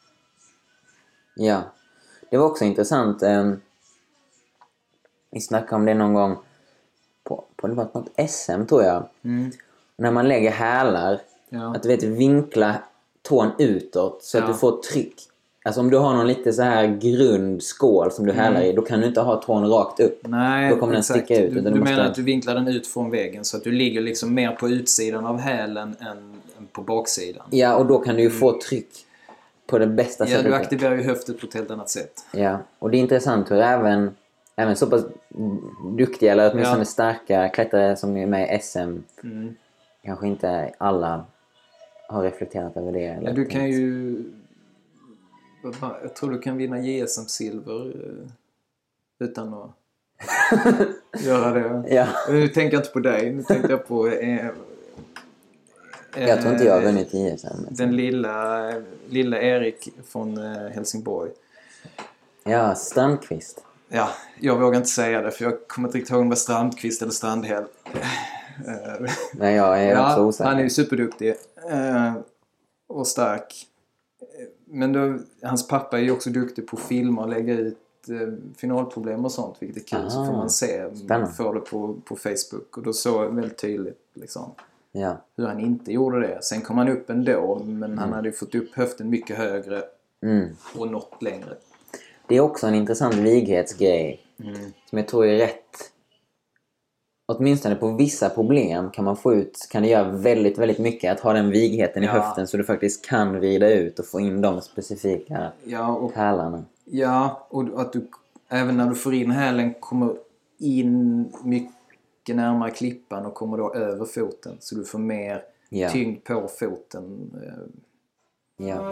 Ja. Det var också intressant. Eh, vi snackade om det någon gång på, på det var något S M tror jag. Mm. När man lägger hälar. Ja. Att du vet vinkla tån utåt så ja. att du får tryck. Alltså om du har någon lite så här grund skål som du mm. häller i, då kan du inte ha tån rakt upp. Nej, då kommer den exakt. sticka ut. Du, du, du måste... menar att du vinklar den ut från väggen så att du ligger liksom mer på utsidan av hälen än på baksidan. Ja, och då kan du ju mm. få tryck på det bästa ja, sättet. Ja, du aktiverar ju höftet på ett helt annat sätt. Ja, och det är intressant hur även, även så pass duktiga eller åtminstone ja. starka klättrare som är med i S M mm. kanske inte alla har reflekterat över det. Eller ja, du kan ju... Jag tror du kan vinna J S M-silver utan att göra det. Ja. Nu tänker jag inte på dig. Nu tänkte jag på... Eh, jag tror inte jag har vunnit J S M. Den lilla, lilla Erik från Helsingborg. Ja, Strandqvist. Ja, jag vågar inte säga det för jag kommer inte riktigt ihåg om det var Strandqvist eller Strandhäll. Nej, jag är ja, också osäker. Han är ju superduktig och stark. Men då, hans pappa är ju också duktig på att filma och lägga ut finalproblem och sånt, vilket är kul. Ah, så får man se, man får det på, på Facebook. Och då såg jag väldigt tydligt liksom, ja. hur han inte gjorde det. Sen kom han upp ändå, men mm. han hade ju fått upp höften mycket högre mm. och nått längre. Det är också en intressant vighetsgrej mm. som jag tror är rätt. Åtminstone på vissa problem kan man få ut, kan det göra väldigt, väldigt mycket att ha den vigheten ja. i höften så du faktiskt kan vrida ut och få in de specifika ja, och, hälarna. Ja, och att du även när du får in hälen kommer in mycket närmare klippan och kommer då över foten så du får mer ja. tyngd på foten. Ja.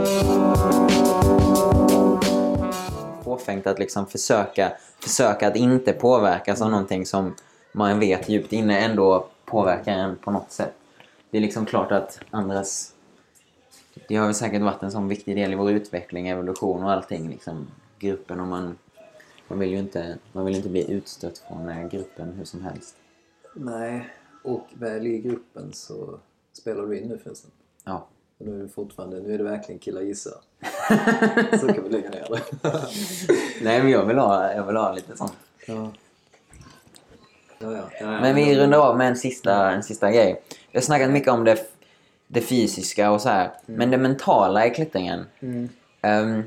Påfängt att liksom försöka, försöka att inte påverkas av någonting som man vet djupt inne ändå påverkar en på något sätt. Det är liksom klart att andras... Det har ju säkert varit en sån viktig del i vår utveckling, evolution och allting. Liksom, gruppen och man... Man vill ju inte, man vill inte bli utstött från gruppen hur som helst. Nej, och väl i gruppen så spelar du in nu förresten. Ja. Och nu är det fortfarande, nu är det verkligen killar gissar. Så kan vi lägga ner det. Nej, men jag vill ha, jag vill ha lite sånt. Ja. Ja, ja. Ja, ja, men vi rundar av med en sista, en sista grej. Jag har snackat mycket om det, det fysiska och så här. Mm. Men det mentala i klättringen. Mm. Um,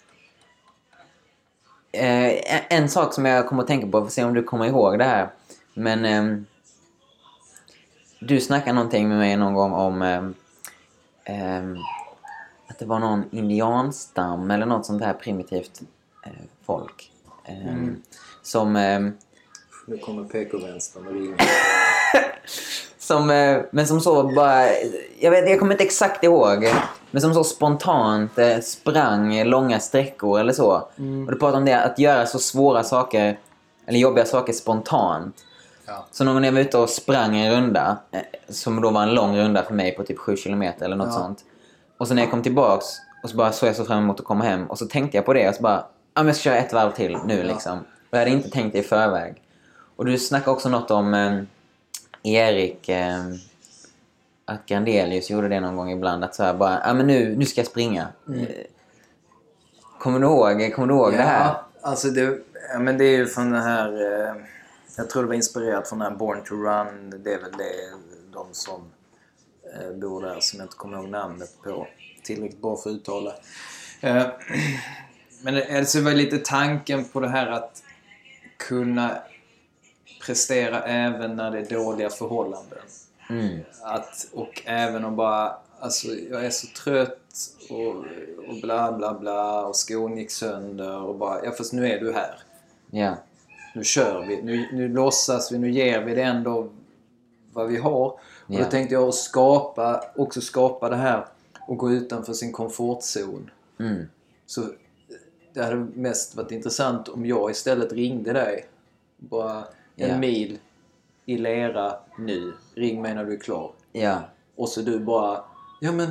eh, en sak som jag kommer att tänka på, för att se om du kommer ihåg det här. Men um, du snackade någonting med mig någon gång om um, um, att det var någon indianstam eller något sånt här primitivt uh, folk. Um, mm. Som... Um, Nu kommer P K-vänstern och ringer. som, men som så bara... Jag, vet, jag kommer inte exakt ihåg. Men som så spontant eh, sprang långa sträckor eller så. Mm. Och du pratar om det, att göra så svåra saker, eller jobbiga saker spontant. Ja. Så någon gång jag var ute och sprang en runda, eh, som då var en lång runda för mig på typ sju kilometer eller något ja. sånt. Och så när jag kom tillbaks och så bara såg jag så fram emot att komma hem. Och så tänkte jag på det och så bara, ja men jag ska köra ett varv till nu ja. liksom. Och jag hade inte tänkt det i förväg. Och du snackade också något om eh, Erik, eh, att Grandelius gjorde det någon gång ibland. Att så här bara, ja ah, men nu, nu ska jag springa. Mm. Eh, kommer du ihåg, kommer du ihåg ja, det här? Alltså det, ja, men det är ju från den här, eh, jag tror det var inspirerat från den här Born to Run. Det är väl det, de som eh, bor där som jag inte kommer ihåg namnet på. Tillräckligt bra för att uttala. Eh, men det, alltså, det var lite tanken på det här att kunna prestera även när det är dåliga förhållanden. Mm. Att, och även om bara, alltså jag är så trött och, och bla bla bla och skon gick sönder och bara, ja fast nu är du här. Ja. Nu kör vi, nu, nu låtsas vi, nu ger vi det ändå vad vi har. Och ja. Då tänkte jag att skapa, också skapa det här och gå utanför sin komfortzon. Mm. Så det hade mest varit intressant om jag istället ringde dig. Bara en yeah. mil i lera nu. Ring mig när du är klar. Yeah. Och så du bara, ja men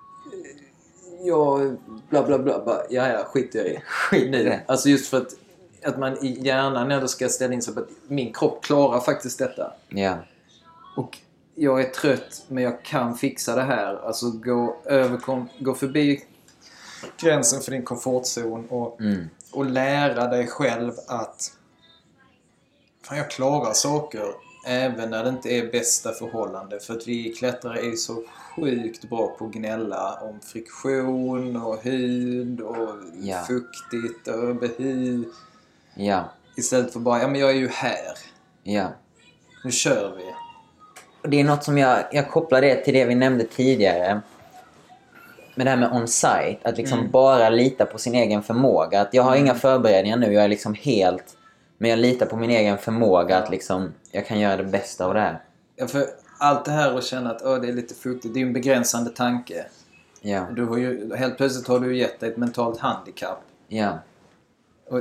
ja, bla bla bla, bla. Ja ja, skit jag i. Skit i det. Alltså just för att, att man i hjärnan när du ska ställa in sig på att min kropp klarar faktiskt detta. Ja. Yeah. Och jag är trött men jag kan fixa det här. Alltså gå över, kom, gå förbi gränsen för din komfortzon och, mm. och lära dig själv att fan, jag klarar saker Även när det inte är bästa förhållande. För att vi klättrare är så sjukt bra på att gnälla om friktion och hud och ja. fuktigt och behu. Ja. Istället för bara, ja men jag är ju här. Ja. Nu kör vi. Det är något som jag, jag kopplar det till det vi nämnde tidigare. Med det här med on-site. Att liksom mm. bara lita på sin egen förmåga. Att jag har mm. inga förberedningar nu. Jag är liksom helt... Men jag litar på min egen förmåga. Ja. Att liksom, jag kan göra det bästa av det här. Ja, för allt det här och känna att oh, det är lite fuktigt. Det är ju en begränsande tanke. Ja. Du har ju, helt plötsligt har du gett dig ett mentalt handikapp. Ja. Och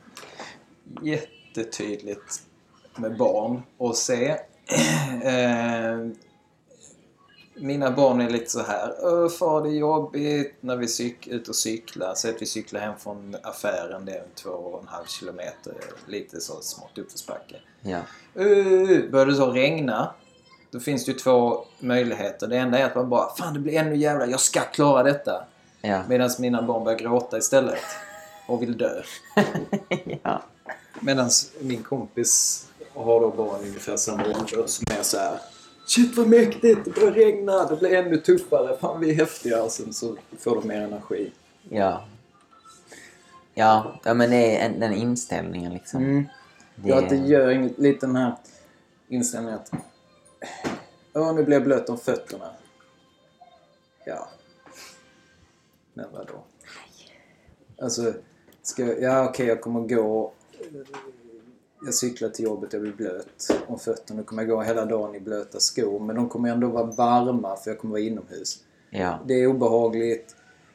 jättetydligt med barn och se. eh, mina barn är lite så här. Far, det är jobbigt när vi cyk, ut och cyklar. Så att vi cyklar hem från affären. Det är två och en halv kilometer. Lite så smått uppförsbacke. Ja. Uh, börjar det så regna. Då finns det ju två möjligheter. Det enda är att man bara, fan det blir ännu jävla, jag ska klara detta. Ja. Medan mina barn börjar gråta istället. Och vill dö. Ja. Medan min kompis har då barn ungefär samma ålder som är så här. Shit vad mäktigt, det börjar regna, det blir ännu tuffare. Fan vi är häftiga och sen så får de mer energi. Ja. Ja, ja men det är en, den inställningen liksom. Mm. Det... Ja, det gör inget, lite den här inställningen att åh, nu blir jag blöt om fötterna. Ja. Men vadå? Alltså, ska jag, ja okej, okay, jag kommer gå. Jag cyklar till jobbet, jag blir blöt om fötterna. Nu kommer jag gå hela dagen i blöta skor. Men de kommer ändå vara varma för jag kommer vara inomhus. Ja. Det är obehagligt.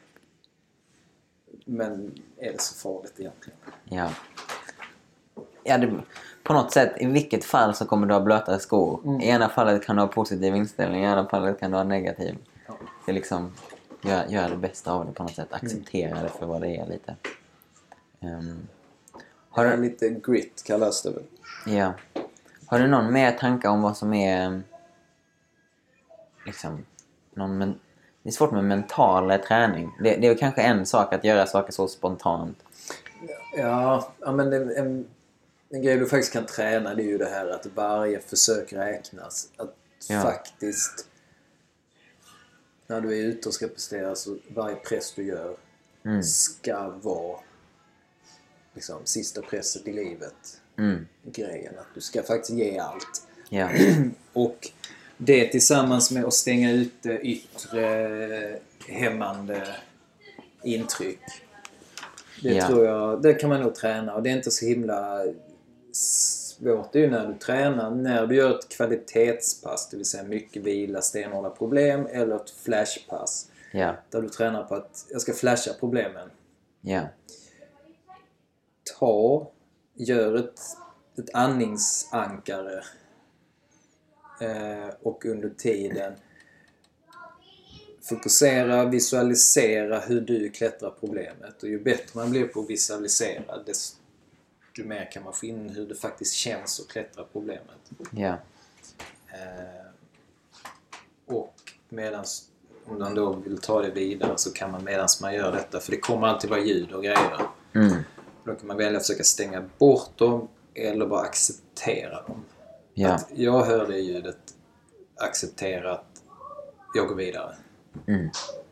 Men är det så farligt egentligen? Ja. Ja, det, på något sätt, i vilket fall så kommer du ha blöta skor. Mm. I ena fallet kan du ha positiv inställning, i andra fallet kan du ha negativ. Ja. Det är liksom, gör, gör det bästa av det på något sätt. Acceptera mm. det för vad det är lite. Um, har du... Lite grit kallas det väl. Ja. Har du någon mer tankar om vad som är liksom, någon men... det är svårt med mental träning. Det, det är kanske en sak att göra saker så spontant. Ja, ja men en, en, en grej du faktiskt kan träna, det är ju det här att varje försök räknas. Att ja. faktiskt när du är ute och ska prestera så varje press du gör mm. ska vara liksom sista presset i livet. Mm. Grejen att du ska faktiskt ge allt. Ja. Och det tillsammans med att stänga ute yttre hämmande intryck. Det ja. tror jag, det kan man nog träna och det är inte så himla svårt. Det är ju när du tränar, när du gör ett kvalitetspass, det vill säga mycket vila, stenhårda problem eller ett flashpass. Ja. Där du tränar på att jag ska flasha problemen. Ja. Ta, gör ett, ett andningsankare eh, och under tiden fokusera, visualisera hur du klättrar problemet. Och ju bättre man blir på att visualisera, desto mer kan man få in hur det faktiskt känns att klättra problemet. Ja. Eh, och medans, om man då vill ta det vidare så kan man medans man gör detta, för det kommer alltid vara ljud och grejer. Mm. Då kan man välja att försöka stänga bort dem eller bara acceptera dem. Ja. Att jag hör det ljudet, acceptera att jag går vidare. Mm.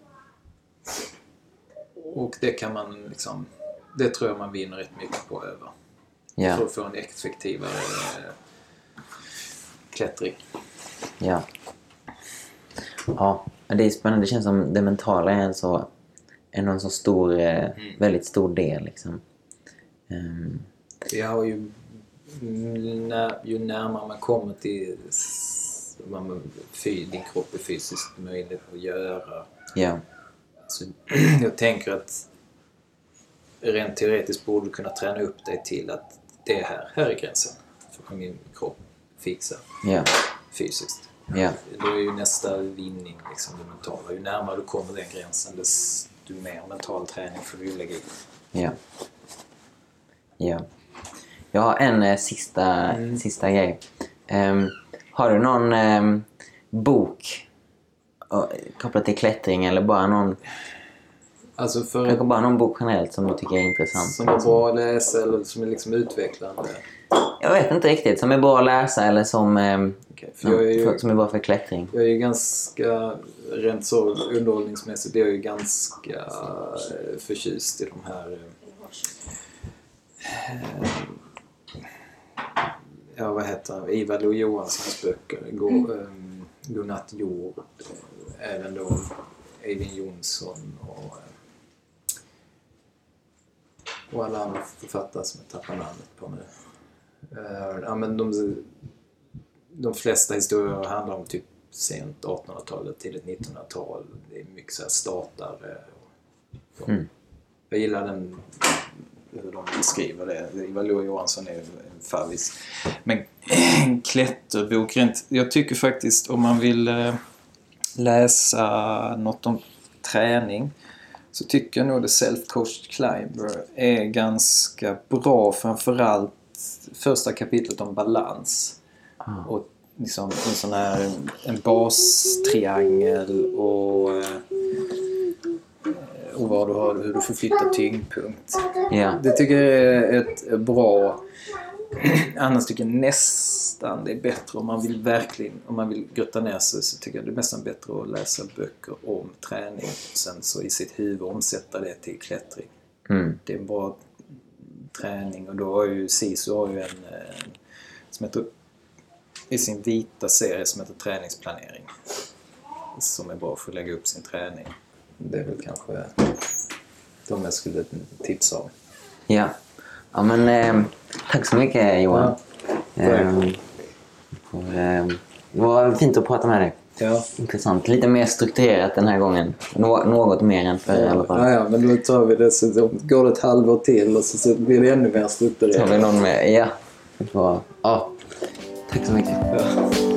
Och det kan man liksom, det tror jag man vinner rätt mycket på över. Ja. För att få en effektivare eh, klättring. Ja. Ja, det är spännande. Det känns som det mentala är en så en, en så stor, eh, mm. väldigt stor del liksom. Um. Vi har ju när, ju närmare man kommer till vad man, din kropp är fysiskt möjligt att göra. Ja. Så jag tänker att rent teoretiskt borde du kunna träna upp dig till att det är här, här är gränsen för min kropp fixa ja. fysiskt. Ja. Då är ju nästa vinning liksom det mentala. Ju närmare du kommer den gränsen desto mer mental träning får du lägga in. Ja. Ja. Jag har en eh, sista, mm. sista grej. Um, har du någon um, bok uh, kopplat till klättring eller bara någon Alltså för... Kanske bara någon bok generellt som du tycker är intressant. Som är bra att läsa eller som är liksom utvecklande? Jag vet inte riktigt. Som är bra att läsa eller som, eh, okay, för jag är ju, för, som är bra för klättring. Jag är ju ganska, rent så underhållningsmässigt, jag är ju ganska förtjust i de här... Eh, ja, vad heter han? Ivar Lo-Johanssons böcker. Gå, mm. um, Godnatt jord. Även då Eivind Johnson och, och alla andra författare som jag tappar namnet på nu. Uh, ja, men de, de flesta historier handlar om typ sent artonhundratalet, tidigt nittonhundratal. Det är mycket så här startare. Och, mm. Jag gillar den, hur de beskriver det. Ivar Lo-Johansson är en favvis. Men en klätterbok rent, jag tycker faktiskt om man vill läsa något om träning så tycker jag nog The Self-Coached Climber är ganska bra, framförallt första kapitlet om balans. Mm. Och liksom en sån här en bastriangel och och vad du har, hur du förflyttar tyngdpunkt. Yeah. Det tycker jag är ett bra. Annars tycker jag nästan det är bättre om man vill verkligen, om man vill grotta ner sig, så tycker jag det är nästan bättre att läsa böcker om träning och sen så i sitt huvud omsätta det till klättring. Mm. Det är en bra träning och då har ju Sisu har ju en, en som heter i sin vita serie som heter träningsplanering som är bra för att lägga upp sin träning. Det är väl kanske de jag skulle tipsa om. Ja, ja men eh, tack så mycket Johan. Ja, eh, för, eh, det var fint att prata med dig. Ja. Intressant. Lite mer strukturerat den här gången. Nå- något mer än förr ja. i alla fall. Ja, ja, men då tar vi det så går det ett halvår till och så blir det ännu mer strukturerat. Så har vi någon mer. Ja, det var, ja. Tack så mycket. Ja.